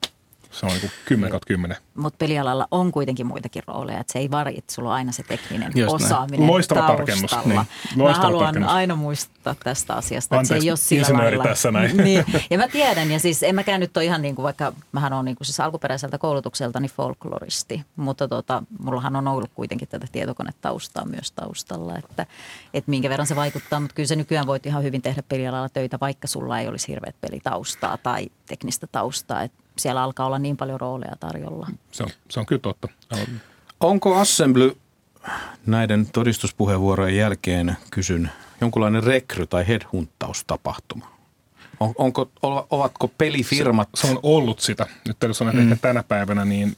Se on niin 10/10. Mutta pelialalla on kuitenkin muitakin rooleja, että se ei vari, että sulla on aina se tekninen Just osaaminen loistava taustalla. tarkennus. Mä haluan aina muistuttaa tästä asiasta, että se ei ole sillä lailla. Tässä näin. Niin. Ja mä tiedän, ja siis en mäkään nyt ole ihan niin kuin, vaikka mähän olen niin kuin siis alkuperäiseltä koulutukseltani folkloristi, mutta mullahan on ollut kuitenkin tätä tietokonetaustaa myös taustalla, että minkä verran se vaikuttaa, mutta kyllä se nykyään voit ihan hyvin tehdä pelialalla töitä, vaikka sulla ei olisi hirveät pelitaustaa tai teknistä taustaa, että siellä alkaa olla niin paljon rooleja tarjolla. Se on kyllä totta. Onko Assembly näiden todistuspuheenvuorojen jälkeen, kysyn, jonkunlainen rekry- tai headhunttaustapahtuma? Ovatko pelifirmat? Se on ollut sitä. Nyt täytyy sanoa, että ehkä tänä päivänä niin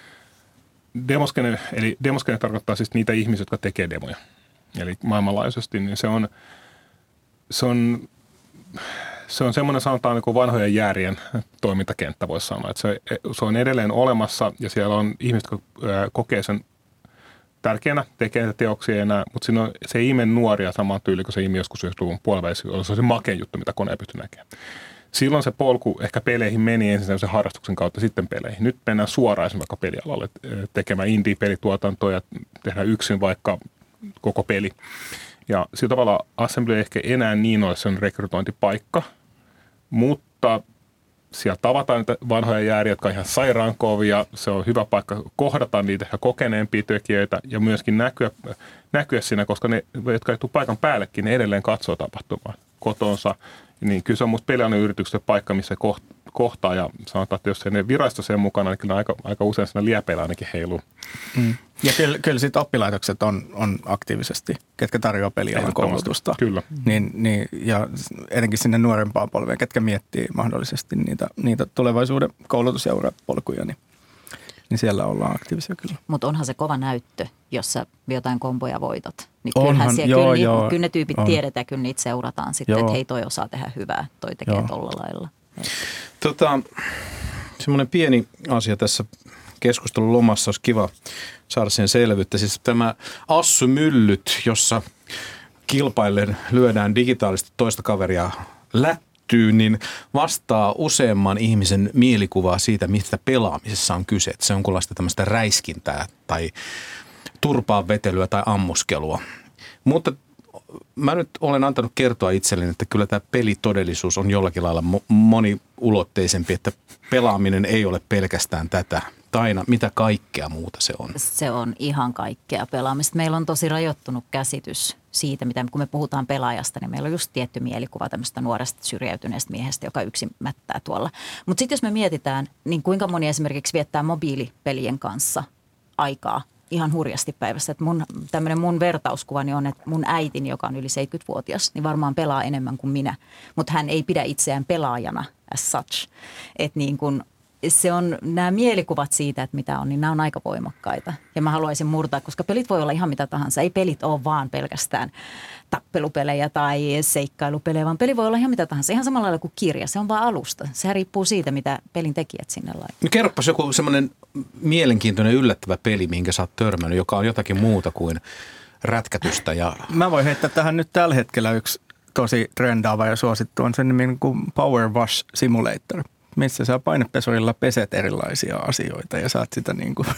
demoskene tarkoittaa siis niitä ihmisiä, jotka tekee demoja. Eli maailmanlaajuisesti, niin se on semmoinen, sanotaan niin kuin vanhojen jäärien toimintakenttä, voisi sanoa. Että se on edelleen olemassa ja siellä on ihmiset, jotka kokee sen tärkeänä, tekee niitä teoksia enää, mutta se ei ime nuoria samaan tyyliin kuin se imi joskus 90-luvun puolivälissä, jolloin se on se makea juttu, mitä kone ei pysty näkemään. Silloin se polku ehkä peleihin meni ensin sen harrastuksen kautta sitten peleihin. Nyt mennään suoraan esimerkiksi vaikka pelialalle tekemään indie-pelituotantoa ja tehdään yksin vaikka koko peli. Ja sillä tavalla Assembly ei ehkä enää niin ole sen rekrytointipaikka, mutta siellä tavataan niitä vanhoja jääriä, jotka on ihan sairaan kovia. Se on hyvä paikka kohdata niitä ja kokeneempia tekijöitä ja myöskin näkyä siinä, koska ne, jotka ei tule paikan päällekin, ne edelleen katsoo tapahtumaa kotonsa. Niin kyllä se on musta pelialan yrityksen paikka, missä kohtaa ja sanotaan, että jos ei ne virasto sen mukana, niin kyllä aika usein siinä liepeillä ainakin heiluu. Ja kyllä sitten oppilaitokset on aktiivisesti, ketkä tarjoaa pelialan koulutusta. Kyllä. Niin, ja etenkin sinne nuorempaan polveen, ketkä miettii mahdollisesti niitä tulevaisuuden koulutusseurapolkuja, niin siellä ollaan aktiivisia kyllä. Mutta onhan se kova näyttö, jos sä jotain komboja voitat. Niin kyllähän siellä, kyllä ne tyypit tiedetään, kyllä niitä seurataan sitten, että hei, toi osaa tehdä hyvää, toi tekee tolla lailla. Semmoinen pieni asia tässä keskustelun lomassa, olisi kiva saada sen selvyyttä. Siis tämä assymyllyt, jossa kilpaillen lyödään digitaalisesti toista kaveria lättyyn, niin vastaa useamman ihmisen mielikuvaa siitä, mistä pelaamisessa on kyse. Että se on jonkunlaista tämmöistä räiskintää tai turpaan vetelyä tai ammuskelua. Mutta mä nyt olen antanut kertoa itselleni, että kyllä tämä pelitodellisuus on jollakin lailla moniulotteisempi, että pelaaminen ei ole pelkästään tätä. Taina, mitä kaikkea muuta se on? Se on ihan kaikkea pelaamista. Meillä on tosi rajoittunut käsitys siitä, mitä kun me puhutaan pelaajasta, niin meillä on just tietty mielikuva tämmöistä nuoresta syrjäytyneestä miehestä, joka yksin mättää tuolla. Mutta sitten jos me mietitään, niin kuinka moni esimerkiksi viettää mobiilipelien kanssa aikaa ihan hurjasti päivässä. Että mun vertauskuvani on, että mun äitini, joka on yli 70-vuotias, niin varmaan pelaa enemmän kuin minä. Mutta hän ei pidä itseään pelaajana as such. Että niin kun se on nämä mielikuvat siitä, että mitä on, niin nämä on aika voimakkaita. Ja mä haluaisin murtaa, koska pelit voi olla ihan mitä tahansa. Ei pelit ole vaan pelkästään tappelupelejä tai seikkailupelejä, vaan peli voi olla ihan mitä tahansa. Ihan samalla lailla kuin kirja. Se on vaan alusta. Sehän riippuu siitä, mitä pelin tekijät sinne laittaa. No kerropas joku semmoinen mielenkiintoinen yllättävä peli, minkä sä oot törmännyt, joka on jotakin muuta kuin rätkätystä. Mä voin heittää tähän nyt tällä hetkellä yksi tosi trendaava ja suosittu on sen nimi kuin Power Wash Simulator, missä sä painepesurilla peset erilaisia asioita ja saat sitä niin kuin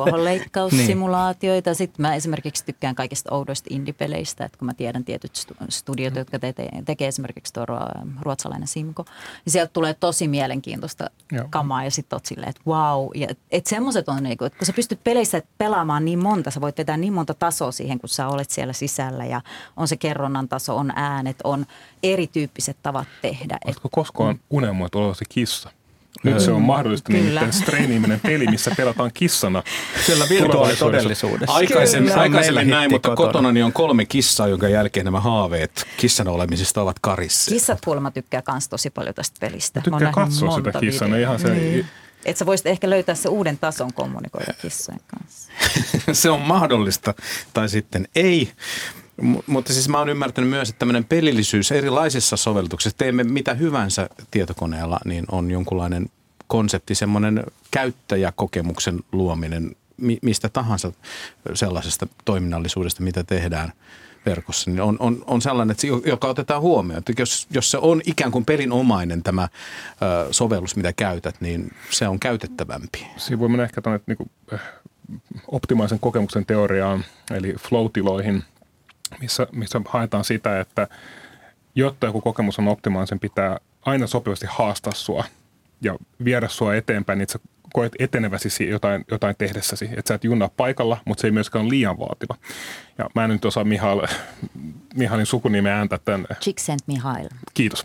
ruohonleikkaussimulaatioita. Sitten mä esimerkiksi tykkään kaikista oudoista indie-peleistä, että kun mä tiedän tietyt studiot, jotka tekee esimerkiksi tuo ruotsalainen Simco, niin sieltä tulee tosi mielenkiintoista kamaa ja sitten oot silleen, että wow. Että semmoiset on, että kun sä pystyt peleissä pelaamaan niin monta, sä voit vetää niin monta tasoa siihen, kun sä olet siellä sisällä ja on se kerronnan taso, on äänet, on erityyppiset tavat tehdä. Oletko koskaan unelmoit olevasi kissa? Nyt se on mahdollista nimittäin streamiminen peli, missä pelataan kissana. Kyllä virtuaalitodellisuudessa. Aikaisemmin näin, mutta kotonani on 3 kissaa, jonka jälkeen nämä haaveet kissana olemisesta ovat karissa. Kissat kuulemma tykkää myös tosi paljon tästä pelistä. Tykkää katsoa sitä kissana ihan se. Niin. Että sä voisit ehkä löytää se uuden tason kommunikoida kissojen kanssa. Se on mahdollista, tai sitten ei. Mutta siis mä oon ymmärtänyt myös, että tämmöinen pelillisyys erilaisissa sovellutuksissa, teemme mitä hyvänsä tietokoneella, niin on jonkunlainen konsepti, semmoinen käyttäjäkokemuksen luominen mistä tahansa sellaisesta toiminnallisuudesta, mitä tehdään verkossa, niin on sellainen, että joka otetaan huomioon. Että jos se on ikään kuin pelinomainen tämä sovellus, mitä käytät, niin se on käytettävämpi. Siinä voi mennä ehkä tuonne niin optimaalisen kokemuksen teoriaan, eli flow-tiloihin, missä haetaan sitä, että jotta joku kokemus on optimaalinen, sen pitää aina sopivasti haastaa sua ja viedä sua eteenpäin, niin että sä koet eteneväsi jotain tehdessäsi. Että sä et junnaa paikalla, mutta se ei myöskään ole liian vaativa. Ja mä en nyt osaa Mihailin sukunimeä ääntää tämän. Csikszentmihalyi. Kiitos.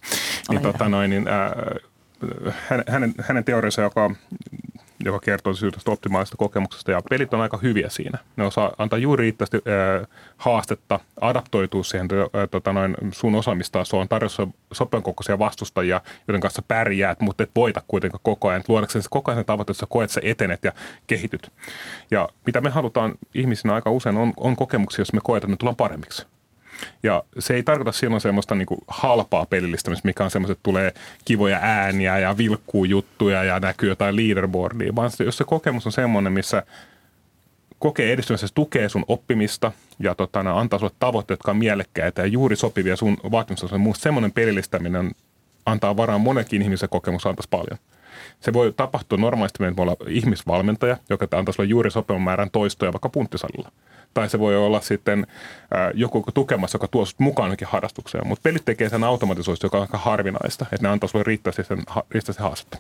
Hänen teoriansa, joka kertoo tästä optimaalisesta kokemuksesta, ja pelit on aika hyviä siinä. Ne osaa antaa juuri riittävästi haastetta, adaptoitua siihen sun osaamistasoon, on tarjossa sopivan kokoisia vastustajia, joiden kanssa pärjäät, mutta et voita kuitenkaan koko ajan. Luodakseni koko ajan tavoite, että sä koet, sä etenet ja kehityt. Ja mitä me halutaan ihmisinä aika usein on kokemuksia, jos me koetaan, että me tullaan paremmiksi. Ja se ei tarkoita silloin semmoista niin kuin halpaa pelillistämistä, mikä on semmoista, että tulee kivoja ääniä ja vilkkuu juttuja ja näkyy jotain leaderboardia, vaan jos se kokemus on semmoinen, missä kokee edistymisessä, tukee sun oppimista ja antaa sulle tavoitteet, jotka on mielekkäitä ja juuri sopivia sun vaatimustasolle. Muusta semmoinen pelillistäminen antaa varaan monenkin ihmisen kokemus antaisi paljon. Se voi tapahtua normaalisti, meillä voi olla ihmisvalmentaja, joka antaa sulle juuri sopivan määrän toistoja vaikka punttisalilla. Tai se voi olla sitten joku tukemassa, joka tuo sut mukaan johonkin harrastukseen. Mutta pelit tekee sen automatisoista, joka on aika harvinaista, että ne antaa sulle riittävästi haastetta.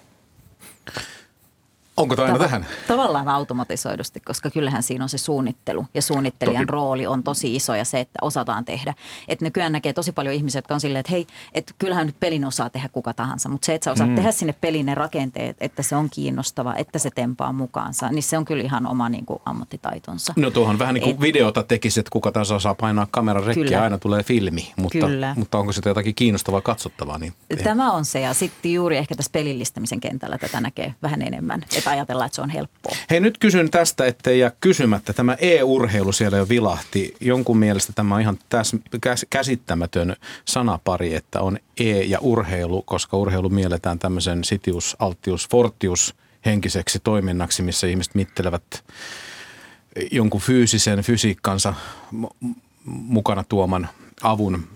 Onko tämä aina tähän? Tavallaan automatisoidusti, koska kyllähän siinä on se suunnittelu ja suunnittelijan rooli on tosi iso ja se, että osataan tehdä. Että nykyään näkee tosi paljon ihmisiä, jotka on silleen, että hei, että kyllähän nyt pelin osaa tehdä kuka tahansa, mutta se, että sä osaat tehdä sinne pelin ne rakenteet, että se on kiinnostava, että se tempaa mukaansa, niin se on kyllä ihan oma niin kuin ammattitaitonsa. No tuohon vähän niin kuin videota tekisi, että kuka tahansa osaa painaa kameran rekkiä ja aina tulee filmi, mutta onko sitä jotakin kiinnostavaa katsottavaa? Niin tämä on se ja sitten juuri ehkä tässä pelillistämisen kentällä tätä näkee vähän enemmän. Ajatellaan, että se on helppoa. Hei, nyt kysyn tästä, ettei jää kysymättä. Tämä e-urheilu siellä jo vilahti. Jonkun mielestä tämä on ihan käsittämätön sanapari, että on e- ja urheilu, koska urheilu mielletään tämmöisen sitius, altius, fortius henkiseksi toiminnaksi, missä ihmiset mittelevät jonkun fysiikkansa mukana tuoman avun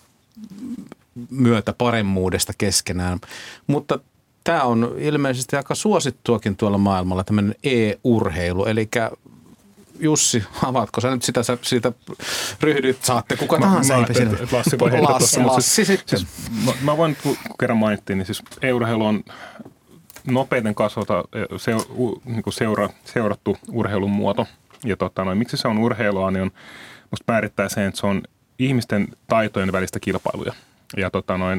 myötä paremmuudesta keskenään. Mutta tämä on ilmeisesti aika suosittuakin tuolla maailmalla, tämmöinen e-urheilu. Eli Jussi, avaatko sä nyt sitä ryhdyt, saatte kuka tahansa. Lassi voi heittää tuossa. Lassi sitten. Mä voin, kun kerran mainittiin, niin siis e-urheilu on nopeiten kasvata seurattu urheilun muoto. Ja miksi se on urheilua, niin musta määrittää sen, että se on ihmisten taitojen välistä kilpailuja. Ja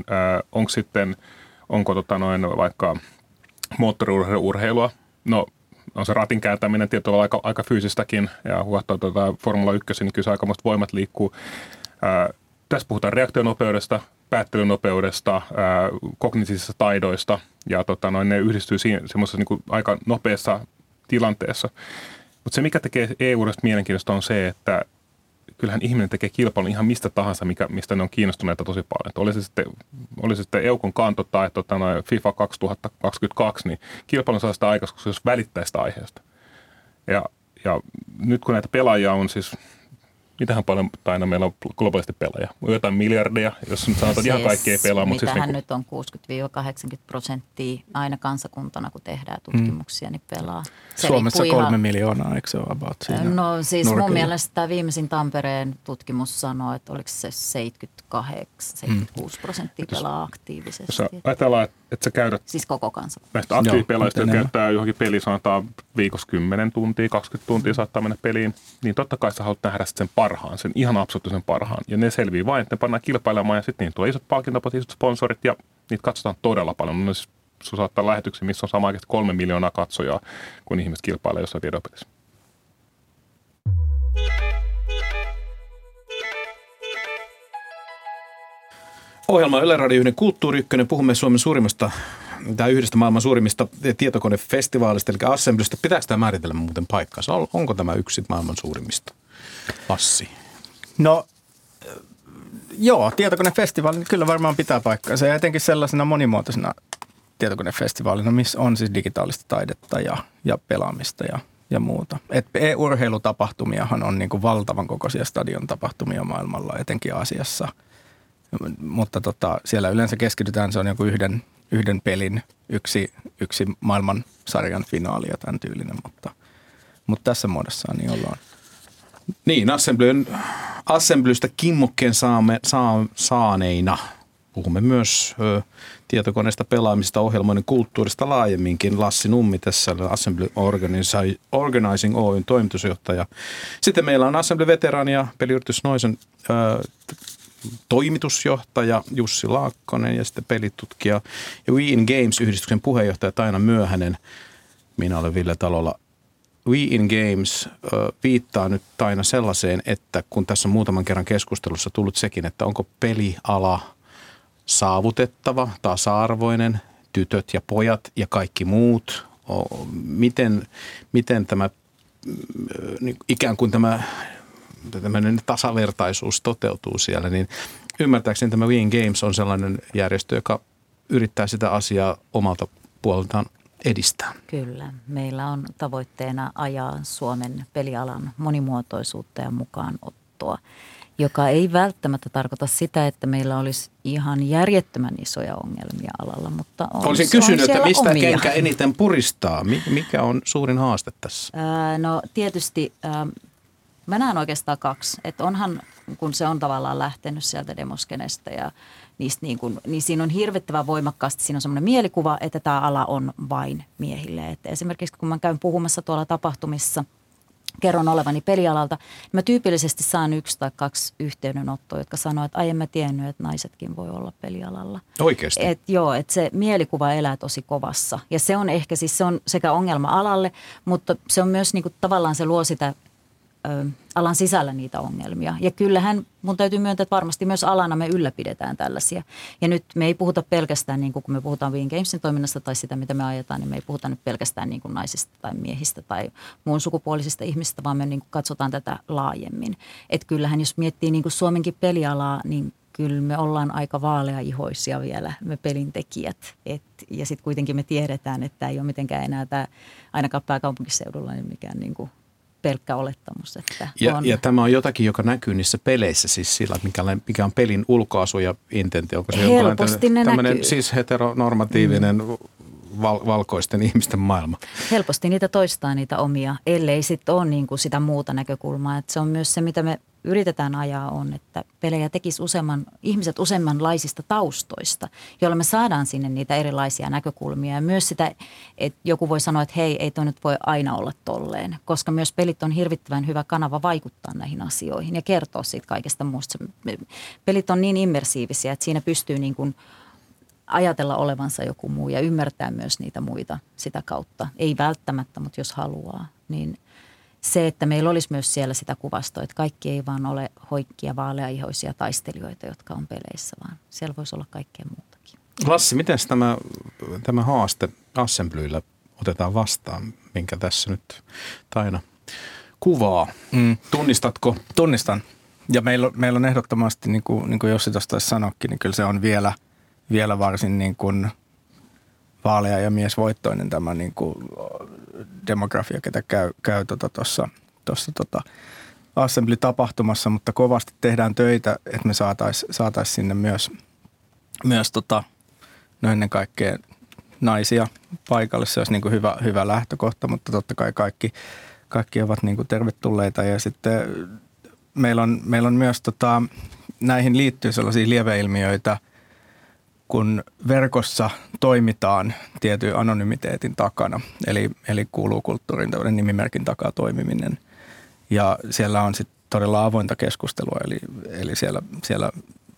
onko vaikka moottoriurheilua? No, on se ratin kääntäminen tietyllä aika fyysistäkin ja huohtaa Formula 1, niin kyllä se aikamoista voimat liikkuu. Tässä puhutaan reaktionopeudesta, päättelynopeudesta, kognitiivisista taidoista ja ne yhdistyy semmoisessa niin aika nopeassa tilanteessa. Mutta se, mikä tekee e-urheilusta mielenkiintoista, on se, että kyllähän ihminen tekee kilpailun ihan mistä tahansa, mistä ne on kiinnostuneita tosi paljon. Oli se sitten EUKon kanto tai FIFA 2022, niin kilpailun saa sitä aikaisemmin, jos välittää sitä aiheesta. Ja nyt kun näitä pelaajia on siis, mitähän paljon aina meillä on globaalisti pelaajia? Jotain miljardia, jos nyt sanotaan ihan kaikki ei pelaa. Mitähän nyt on 60-80% aina kansakuntana, kun tehdään tutkimuksia, niin pelaa. Se Suomessa 3 miljoonaa, eikö se ole about siinä? No siis nurkilla? Mun mielestä tämä viimeisin Tampereen tutkimus sanoo, että oliko se 76% pelaa aktiivisesti. Jos ajatellaan, että sä käydät siis koko kansa. Näistä aktiivipelaajista, jotka käyttää johonkin peliin, sanotaan viikossa 10 tuntia, 20 tuntia saattaa mennä peliin, niin totta kai sä haluat nähdä sen parhaan, sen ihan absoluuttisen parhaan. Ja ne selvii vain, että ne pannaan kilpailemaan ja sitten niin tulee isot palkintopot, isot sponsorit ja niitä katsotaan todella paljon. No, siis sun saattaa lähetyksiä, missä on sama 3 miljoonaa katsojaa, kun ihmiset kilpailee jossain videopelissä. Ohjelma Yle Radio 1 Kulttuuri 1. Puhumme Suomen suurimmasta, tai yhdestä maailman suurimmista tietokonefestivaalista, eli Assemblystä. Pitääkö tämä määritellä muuten paikkansa? Onko tämä yksi maailman suurimmista? Lassi. No, joo, tietokonefestivaali kyllä varmaan pitää paikkansa. Ja etenkin sellaisena monimuotoisena tietokonefestivaalina, missä on siis digitaalista taidetta ja pelaamista ja muuta. Urheilutapahtumiahan on niin kuin valtavan kokoisia stadion tapahtumia maailmalla, etenkin Aasiassa. Mutta siellä yleensä keskitytään, se on joku yhden pelin yksi maailmansarjan finaali ja tämän tyylinen, mutta tässä muodossa niin ollaan. Niin, Assemblystä kimmokkeen saaneina puhumme myös tietokoneesta pelaamisesta, ohjelmoinnin kulttuurista laajemminkin. Lassi Nummi tässä, Assembly Organizing Oyn toimitusjohtaja. Sitten meillä on Assembly-veteraani ja peliyritys Noisen toimitusjohtaja Jussi Laakkonen ja sitten pelitutkija ja We in Games-yhdistyksen puheenjohtaja Taina Myöhänen. Minä olen Ville Talola. We in Games viittaa nyt Taina sellaiseen, että kun tässä on muutaman kerran keskustelussa tullut sekin, että onko peliala saavutettava, tasa-arvoinen, tytöt ja pojat ja kaikki muut. Miten tämä ikään kuin tämmöinen tasavertaisuus toteutuu siellä, niin ymmärtääkseni tämä We in Games on sellainen järjestö, joka yrittää sitä asiaa omalta puoleltaan edistää. Kyllä. Meillä on tavoitteena ajaa Suomen pelialan monimuotoisuutta ja mukaanottoa, joka ei välttämättä tarkoita sitä, että meillä olisi ihan järjettömän isoja ongelmia alalla, mutta olisin kysynyt, että mistä omia. kenkä eniten puristaa? Mikä on suurin haaste tässä? No tietysti mä näen oikeastaan kaksi. Että onhan, kun se on tavallaan lähtenyt sieltä demoskenestä ja niistä niin siinä on hirvittävän voimakkaasti, siinä on semmoinen mielikuva, että tämä ala on vain miehille. Että esimerkiksi kun mä käyn puhumassa tuolla tapahtumissa, kerron olevani pelialalta, niin mä tyypillisesti saan 1 tai 2 yhteydenottoa, jotka sanoo, että en mä tiennyt, että naisetkin voi olla pelialalla. Oikeasti? Että se mielikuva elää tosi kovassa. Ja se on ehkä siis, se on sekä ongelma alalle, mutta se on myös niinku, tavallaan se luo sitä alan sisällä niitä ongelmia. Ja kyllähän mun täytyy myöntää, että varmasti myös alana me ylläpidetään tällaisia. Ja nyt me ei puhuta pelkästään, niin kun me puhutaan We in Gamesin toiminnasta tai sitä, mitä me ajetaan, niin me ei puhuta nyt pelkästään niin kuin naisista tai miehistä tai muun sukupuolisista ihmisistä, vaan me niin kuin katsotaan tätä laajemmin. Että kyllähän jos miettii niin kuin Suomenkin pelialaa, niin kyllä me ollaan aika vaaleaihoisia vielä, me pelintekijät. Ja sitten kuitenkin me tiedetään, että ei ole mitenkään enää tämä, ainakaan pääkaupunkiseudulla, niin mikään niin kuin pelkkä olettamus. Että ja tämä on jotakin, joka näkyy niissä peleissä, siis sillä, mikä on pelin ulkoasu ja intentio. Onko se helposti ne näkyy. Siis heteronormatiivinen valkoisten ihmisten maailma. Helposti niitä toistaa niitä omia, ellei sitten ole niin kuin sitä muuta näkökulmaa. Että se on myös se, mitä me yritetään ajaa on, että pelejä tekisi ihmiset useammanlaisista taustoista, joilla me saadaan sinne niitä erilaisia näkökulmia. Ja myös sitä, että joku voi sanoa, että hei, ei toi nyt voi aina olla tolleen, koska myös pelit on hirvittävän hyvä kanava vaikuttaa näihin asioihin ja kertoa siitä kaikesta muusta. Pelit on niin immersiivisiä, että siinä pystyy niin kuin ajatella olevansa joku muu ja ymmärtää myös niitä muita sitä kautta. Ei välttämättä, mutta jos haluaa, niin se, että meillä olisi myös siellä sitä kuvastoa, että kaikki ei vaan ole hoikkia, vaaleaihoisia taistelijoita, jotka on peleissä, vaan siellä voisi olla kaikkea muutakin. Lassi, miten tämä haaste Assemblyllä otetaan vastaan, minkä tässä nyt Taina kuvaa? Tunnistatko? Tunnistan. Ja meillä on ehdottomasti, niin kuin Jussi tuosta taisi sanoakin, niin kyllä se on vielä varsin niin kuin vaalea ja miesvoittoinen tämä niin kuin demografia, ketä käy tuossa Assembly-tapahtumassa, mutta kovasti tehdään töitä, että me saatais sinne myös no ennen kaikkea naisia paikalle. Se olisi niin kuin hyvä lähtökohta, mutta totta kai kaikki ovat niin kuin tervetulleita. Ja sitten meillä on myös näihin liittyy sellaisia lieveilmiöitä, kun verkossa toimitaan tietyn anonymiteetin takana, eli kuuluu kulttuurin tämmöinen nimimerkin takaa toimiminen. Ja siellä on sitten todella avointa keskustelua, eli siellä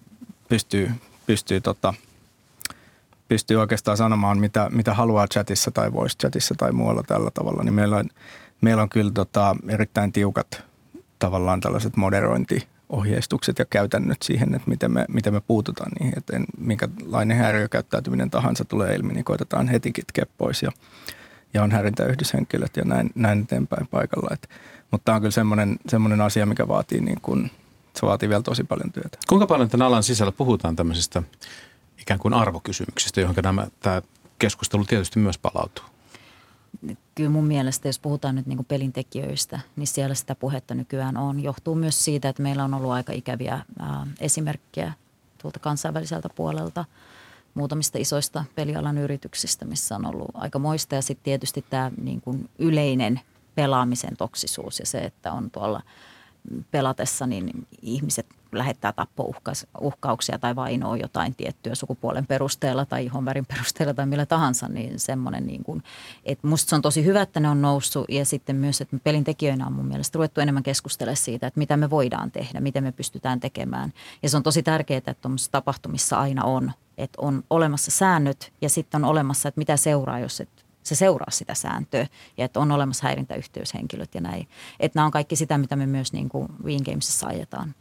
pystyy oikeastaan sanomaan, mitä haluaa chatissa tai voice chatissa tai muualla tällä tavalla. Niin meillä on kyllä erittäin tiukat tavallaan tällaiset moderointiohjeistukset ja käytännöt siihen, että miten me puututaan niihin. Että minkälainen häiriökäyttäytyminen tahansa tulee ilmi, niin koitetaan heti kitkeä pois ja on häirintäyhdyshenkilöt ja näin eteenpäin paikalla. Mutta tämä on kyllä semmoinen asia, mikä vaatii, se vaatii vielä tosi paljon työtä. Kuinka paljon tämän alan sisällä puhutaan tämmöisistä ikään kuin arvokysymyksistä, johon tämä keskustelu tietysti myös palautuu? kyllä mun mielestä, jos puhutaan nyt niin kuin pelintekijöistä, niin siellä sitä puhetta nykyään on. Johtuu myös siitä, että meillä on ollut aika ikäviä esimerkkejä tuolta kansainväliseltä puolelta muutamista isoista pelialan yrityksistä, missä on ollut aika moista. Ja sitten tietysti tämä niin kuin yleinen pelaamisen toksisuus ja se, että on tuolla pelatessa, niin ihmiset lähettää tappouhkauksia tai vainoa jotain tiettyä sukupuolen perusteella tai ihonvärin perusteella tai millä tahansa, niin semmoinen niin kuin, että musta se on tosi hyvä, että ne on noussut ja sitten myös, että me pelintekijöinä on mun mielestä ruvettu enemmän keskustelemaan siitä, että mitä me voidaan tehdä, miten me pystytään tekemään ja se on tosi tärkeää, että tuollaisissa tapahtumissa aina on, että on olemassa säännöt ja sitten on olemassa, että mitä seuraa, jos et se seuraa sitä sääntöä ja että on olemassa häirintäyhteyshenkilöt ja näin. Että nämä on kaikki sitä, mitä me myös niin kuin Win Gamesissa ajetaan.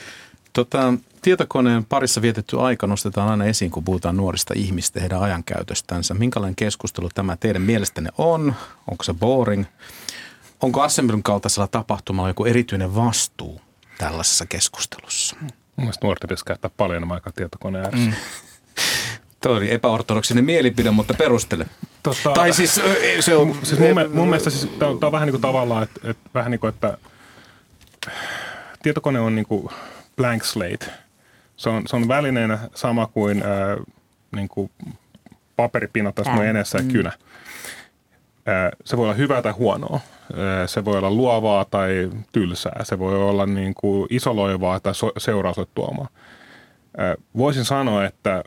Tietokoneen parissa vietetty aika nostetaan aina esiin, kun puhutaan nuorista ihmistä heidän ajankäytöstänsä. Minkälainen keskustelu tämä teidän mielestänne on? Onko se boring? Onko Assemblyn kaltaisella tapahtumalla joku erityinen vastuu tällaisessa keskustelussa? Mun mielestä nuorten pitäisi käyttää paljon enemmän aikaa tietokoneen ääressä. Tuo oli epäortodoksinen mielipide, mutta perustele. Tai siis se on... Siis mun mielestä siis, tämä on vähän niin kuin tavallaan, että tietokone on niin kuin blank slate. Se on välineenä sama kuin, niin kuin paperipino tässä mun edessä ja kynä. Se voi olla hyvää tai huonoa. Se voi olla luovaa tai tylsää. Se voi olla niin kuin isoloivaa tai seurausolle tuomaa. Voisin sanoa, että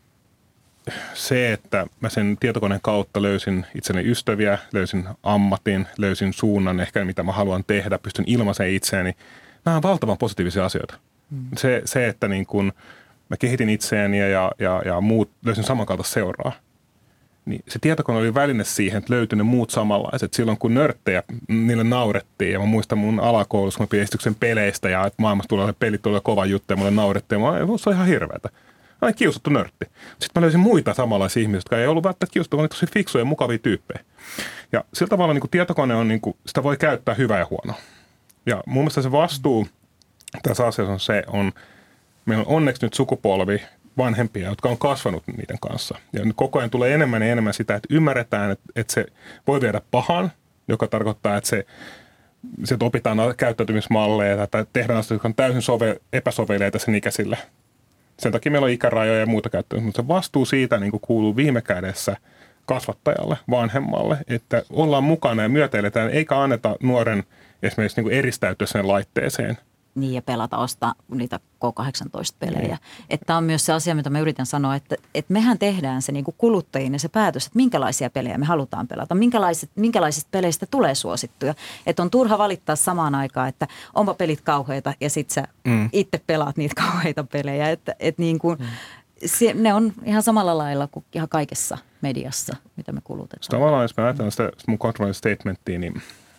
se, että mä sen tietokoneen kautta löysin itselleni ystäviä, löysin ammatin, löysin suunnan, ehkä mitä mä haluan tehdä, pystyn ilmaisemaan itseäni. Nämä on valtavan positiivisia asioita. Se että niin kun mä kehitin itseäni ja muut löysin samankaltaista seuraa, niin se tietokone oli väline siihen, että löytyi ne muut samanlaiset. Silloin kun nörttejä, niille naurettiin ja mä muistan mun alakoulussa, kun mä pidin esityksen peleistä ja että maailmassa tulee pelit, tulee kova juttu ja mulle naurettiin. Se on ihan hirveätä. Mä olin kiusattu nörtti. Sitten mä löysin muita samanlaisia ihmisiä, jotka ei ollut välttämättä kiusattu, vaan tosi fiksuja ja mukavia tyyppejä. Ja sillä tavalla niin kuin tietokone on, niin kuin, sitä voi käyttää hyvää ja huonoa. Ja mun mielestä se vastuu tässä asiassa meillä on onneksi nyt sukupolvi vanhempia, jotka on kasvanut niiden kanssa. Ja nyt koko ajan tulee enemmän ja enemmän sitä, että ymmärretään, että se voi viedä pahan, joka tarkoittaa, että se opitaan käyttäytymismalleja tai tehdään asioita, jotka on täysin epäsoveleita sen ikäisille. Sen takia meillä on ikärajoja ja muuta käyttöön, mutta se vastuu siitä niin kuin kuuluu viime kädessä kasvattajalle, vanhemmalle, että ollaan mukana ja myötäiletään, eikä anneta nuoren esimerkiksi niin kuin eristäytyä sen laitteeseen. Niin ja ostaa niitä K18-pelejä. Että on myös se asia, mitä mä yritän sanoa, että mehän tehdään se niin kuin kuluttajien se päätös, että minkälaisia pelejä me halutaan pelata, minkälaisista peleistä tulee suosittuja. Että on turha valittaa samaan aikaan, että onpa pelit kauheita ja sit sä itse pelaat niitä kauheita pelejä. Että niin kuin, ne on ihan samalla lailla kuin ihan kaikessa mediassa, mitä me kulutetaan. Tavallaan, jos mä ajattelen sitä mun control statementtia, niin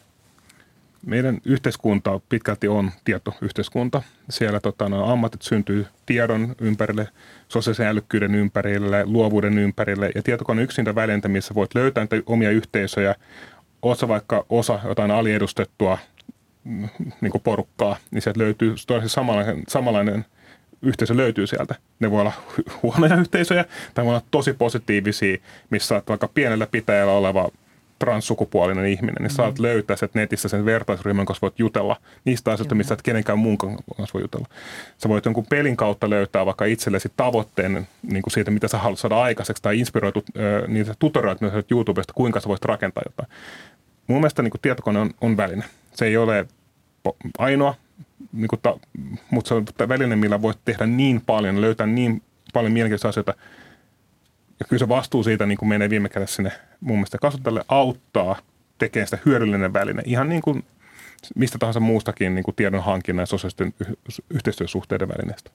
meidän yhteiskunta pitkälti on tietoyhteiskunta. Siellä ammatit syntyy tiedon ympärille, sosiaalisen älykkyyden ympärille, luovuuden ympärille. Ja tietokone on yksi niitä välineitä, missä voit löytää niitä omia yhteisöjä. Vaikka osa jotain aliedustettua niin kuin porukkaa, niin sieltä löytyy samanlainen yhteisö löytyy sieltä. Ne voi olla huonoja yhteisöjä tai voi olla tosi positiivisia, missä vaikka pienellä pitäjällä oleva transsukupuolinen ihminen, niin saat löytää netissä sen vertaisryhmän, koska voit jutella niistä asioista, mistä et kenenkään muun kanssa voi jutella. Sä voit jonkun pelin kautta löytää vaikka itsellesi tavoitteen niin kuin siitä, mitä sä haluat saada aikaiseksi, tai inspiroitu niitä tutorialit myös YouTubesta, kuinka sä voisit rakentaa jotain. Mun mielestä niin kuin tietokone on väline. Se ei ole ainoa, niin kuin mutta se on väline, millä voit tehdä niin paljon, löytää niin paljon mielenkiintoisia asioita. Ja kyllä se vastuu siitä niin kuin menee viime kädessä sinne mun mielestä kasvattajalle auttaa tekemään sitä hyödyllinen väline. Ihan niin kuin mistä tahansa muustakin niin kuin tiedon hankinnan ja sosiaalisten yhteistyösuhteiden välineestä.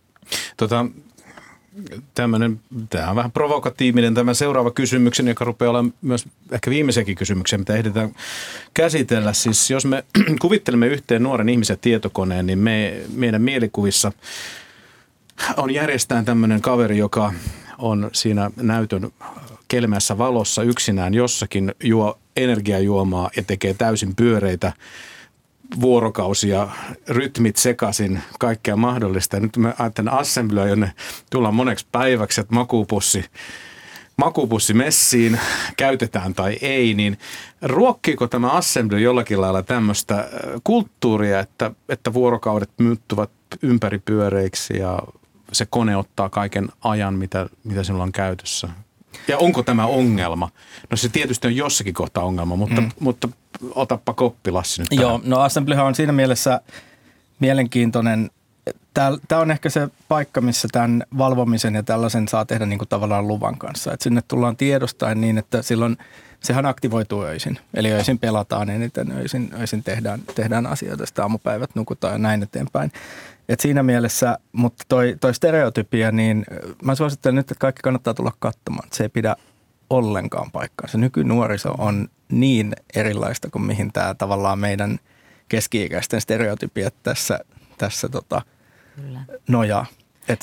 Tämä on vähän provokatiivinen tämä seuraava kysymyksen, joka rupeaa olemaan myös ehkä viimeisenkin kysymyksen, mitä ehditään käsitellä. Siis jos me kuvittelemme yhteen nuoren ihmisen tietokoneen, niin meidän mielikuvissa on järjestään tämmöinen kaveri, joka on siinä näytön kelmeässä valossa yksinään jossakin, juo energiajuomaa ja tekee täysin pyöreitä vuorokausia, rytmit sekaisin, kaikkea mahdollista. Ja nyt mä ajattelen assemblyä, jonne tullaan moneksi päiväksi, että makupussimessiin, käytetään tai ei, niin ruokkiiko tämä Assembly jollakin lailla tämmöistä kulttuuria, että vuorokaudet muuttuvat ympäripyöreiksi ja se kone ottaa kaiken ajan, mitä sinulla on käytössä? Ja onko tämä ongelma? No se tietysti on jossakin kohtaa ongelma, mutta otappa koppi, Lassi, nyt tähän. Joo, no Assemblyhan on siinä mielessä mielenkiintoinen. Tämä on ehkä se paikka, missä tämän valvomisen ja tällaisen saa tehdä niin kuin tavallaan luvan kanssa. Et sinne tullaan tiedostaen niin, että silloin sehän aktivoituu öisin. Eli öisin pelataan eniten, öisin tehdään asioita, sitä aamupäivät nukutaan ja näin eteenpäin. Et siinä mielessä, mutta toi stereotypia, niin mä suosittelen nyt, että kaikki kannattaa tulla katsomaan. Se ei pidä ollenkaan paikkaansa. Nykynuoriso on niin erilaista kuin mihin tämä tavallaan meidän keski-ikäisten stereotypiat tässä nojaa. Että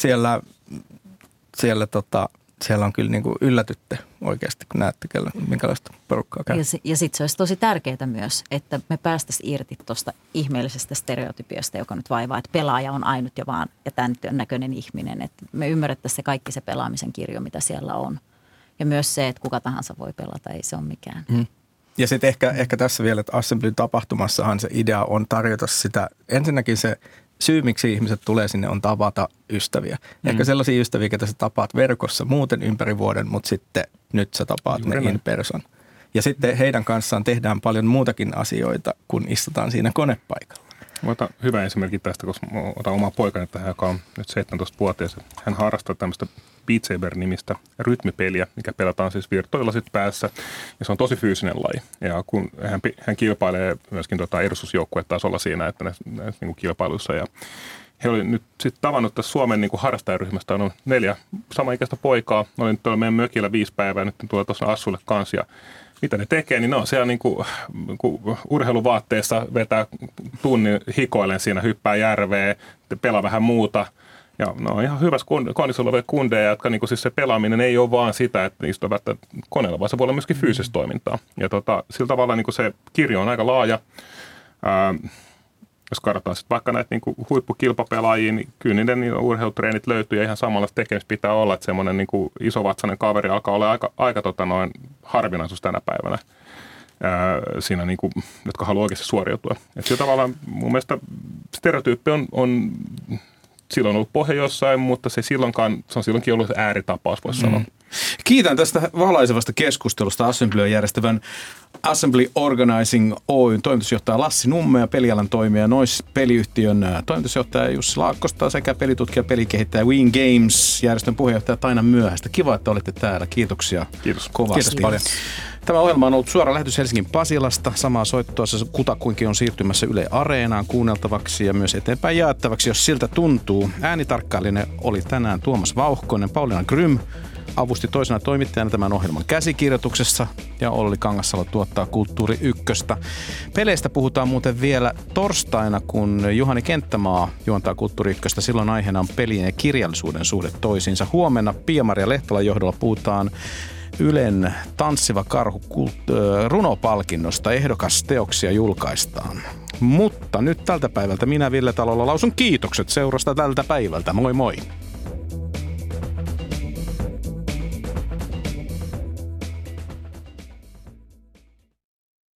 siellä on kyllä niinku yllätytte oikeasti, kun näette, minkälaista porukkaa käy. Ja sitten se olisi tosi tärkeää myös, että me päästäisiin irti tuosta ihmeellisestä stereotypiasta, joka nyt vaivaa, että pelaaja on ainut ja vaan ja tämän näköinen ihminen. Että me ymmärrettäisiin se kaikki se pelaamisen kirjo, mitä siellä on. Ja myös se, että kuka tahansa voi pelata, ei se ole mikään. Ja sitten ehkä tässä vielä, että Assemblyn tapahtumassahan se idea on tarjota sitä, ensinnäkin se syy, miksi ihmiset tulee sinne, on tavata ystäviä. Ehkä sellaisia ystäviä, ketä sä tapaat verkossa muuten ympäri vuoden, mutta sitten nyt sä tapaat ne in person. Ja sitten heidän kanssaan tehdään paljon muutakin asioita, kun istutaan siinä konepaikalla. Mä otan hyvä esimerkki tästä, koska mä otan oma poikani tähän, joka on nyt 17-vuotias. Hän harrastaa tämmöistä Beat Saber-nimistä rytmipeliä, mikä pelataan siis virtuaalilasit päässä. Ja se on tosi fyysinen laji. Ja kun hän kilpailee myöskin edustusjoukkuetasolla siinä, että näissä niin kilpailuissa. Ja he oli nyt sitten tavannut tässä Suomen niin harrastajaryhmästä. On 4 samanikäistä poikaa. Olin nyt tuolla meidän mökillä 5 päivää. Nyt tulee tuossa Assulle kanssa. Ja mitä ne tekee, niin ne on siellä niin kuin urheiluvaatteessa vetää tunnin hikoillen siinä, hyppää järveä, pelaa vähän muuta. Ja ne on ihan hyvässä kondissa olevia kundeja, jotka niin kuin siis se pelaaminen ei ole vaan sitä, että niistä on välttämättä koneella, vaan se voi olla myöskin fyysistä toimintaa. Ja sillä tavalla niin kuin se kirjo on aika laaja. Jos katsotaan sitten vaikka näitä niin kuin huippukilpapelaajia, niin kyllä niiden urheilutreenit löytyy ja ihan samanlaista tekemistä pitää olla, että semmoinen niin kuin isovatsainen kaveri alkaa olla aika harvinaisuus tänä päivänä siinä, niin kuin, jotka haluaa oikeasti suoriutua. Että sillä tavalla mun mielestä stereotyyppi on silloin ollut pohja jossain, mutta se on silloinkin ollut ääritapaus, voisi sanoa. Kiitän tästä valaisevasta keskustelusta Assembly järjestävän Assembly Organizing Oyn toimitusjohtaja Lassi Numme ja pelialan toimija Noise-peliyhtiön toimitusjohtaja Jussi Laakkosta sekä pelitutkija pelikehittäjä Win Games järjestön puheenjohtaja Taina Myöhästä. Kiva, että olette täällä. Kiitoksia kovasti. Kiitos paljon. Tämä ohjelma on ollut suora lähetys Helsingin Pasilasta. Samaa soittoa se kutakuinkin on siirtymässä Yle Areenaan kuunneltavaksi ja myös eteenpäin jaettavaksi, jos siltä tuntuu. Äänitarkkailijana oli tänään Tuomas Vauhkonen, Pauliina Grym avusti toisena toimittajana tämän ohjelman käsikirjoituksessa ja Olli Kangassalo tuottaa Kulttuuri Ykköstä. Peleistä puhutaan muuten vielä torstaina, kun Juhani Kenttämaa juontaa Kulttuuri Ykköstä. Silloin aiheena on pelien ja kirjallisuuden suhde toisiinsa. Huomenna Pia-Maria Lehtolan johdolla puhutaan Ylen Tanssiva karhu runopalkinnosta. Ehdokasteoksia julkaistaan. Mutta nyt tältä päivältä minä, Ville Talolla, lausun kiitokset seurasta tältä päivältä. Moi moi!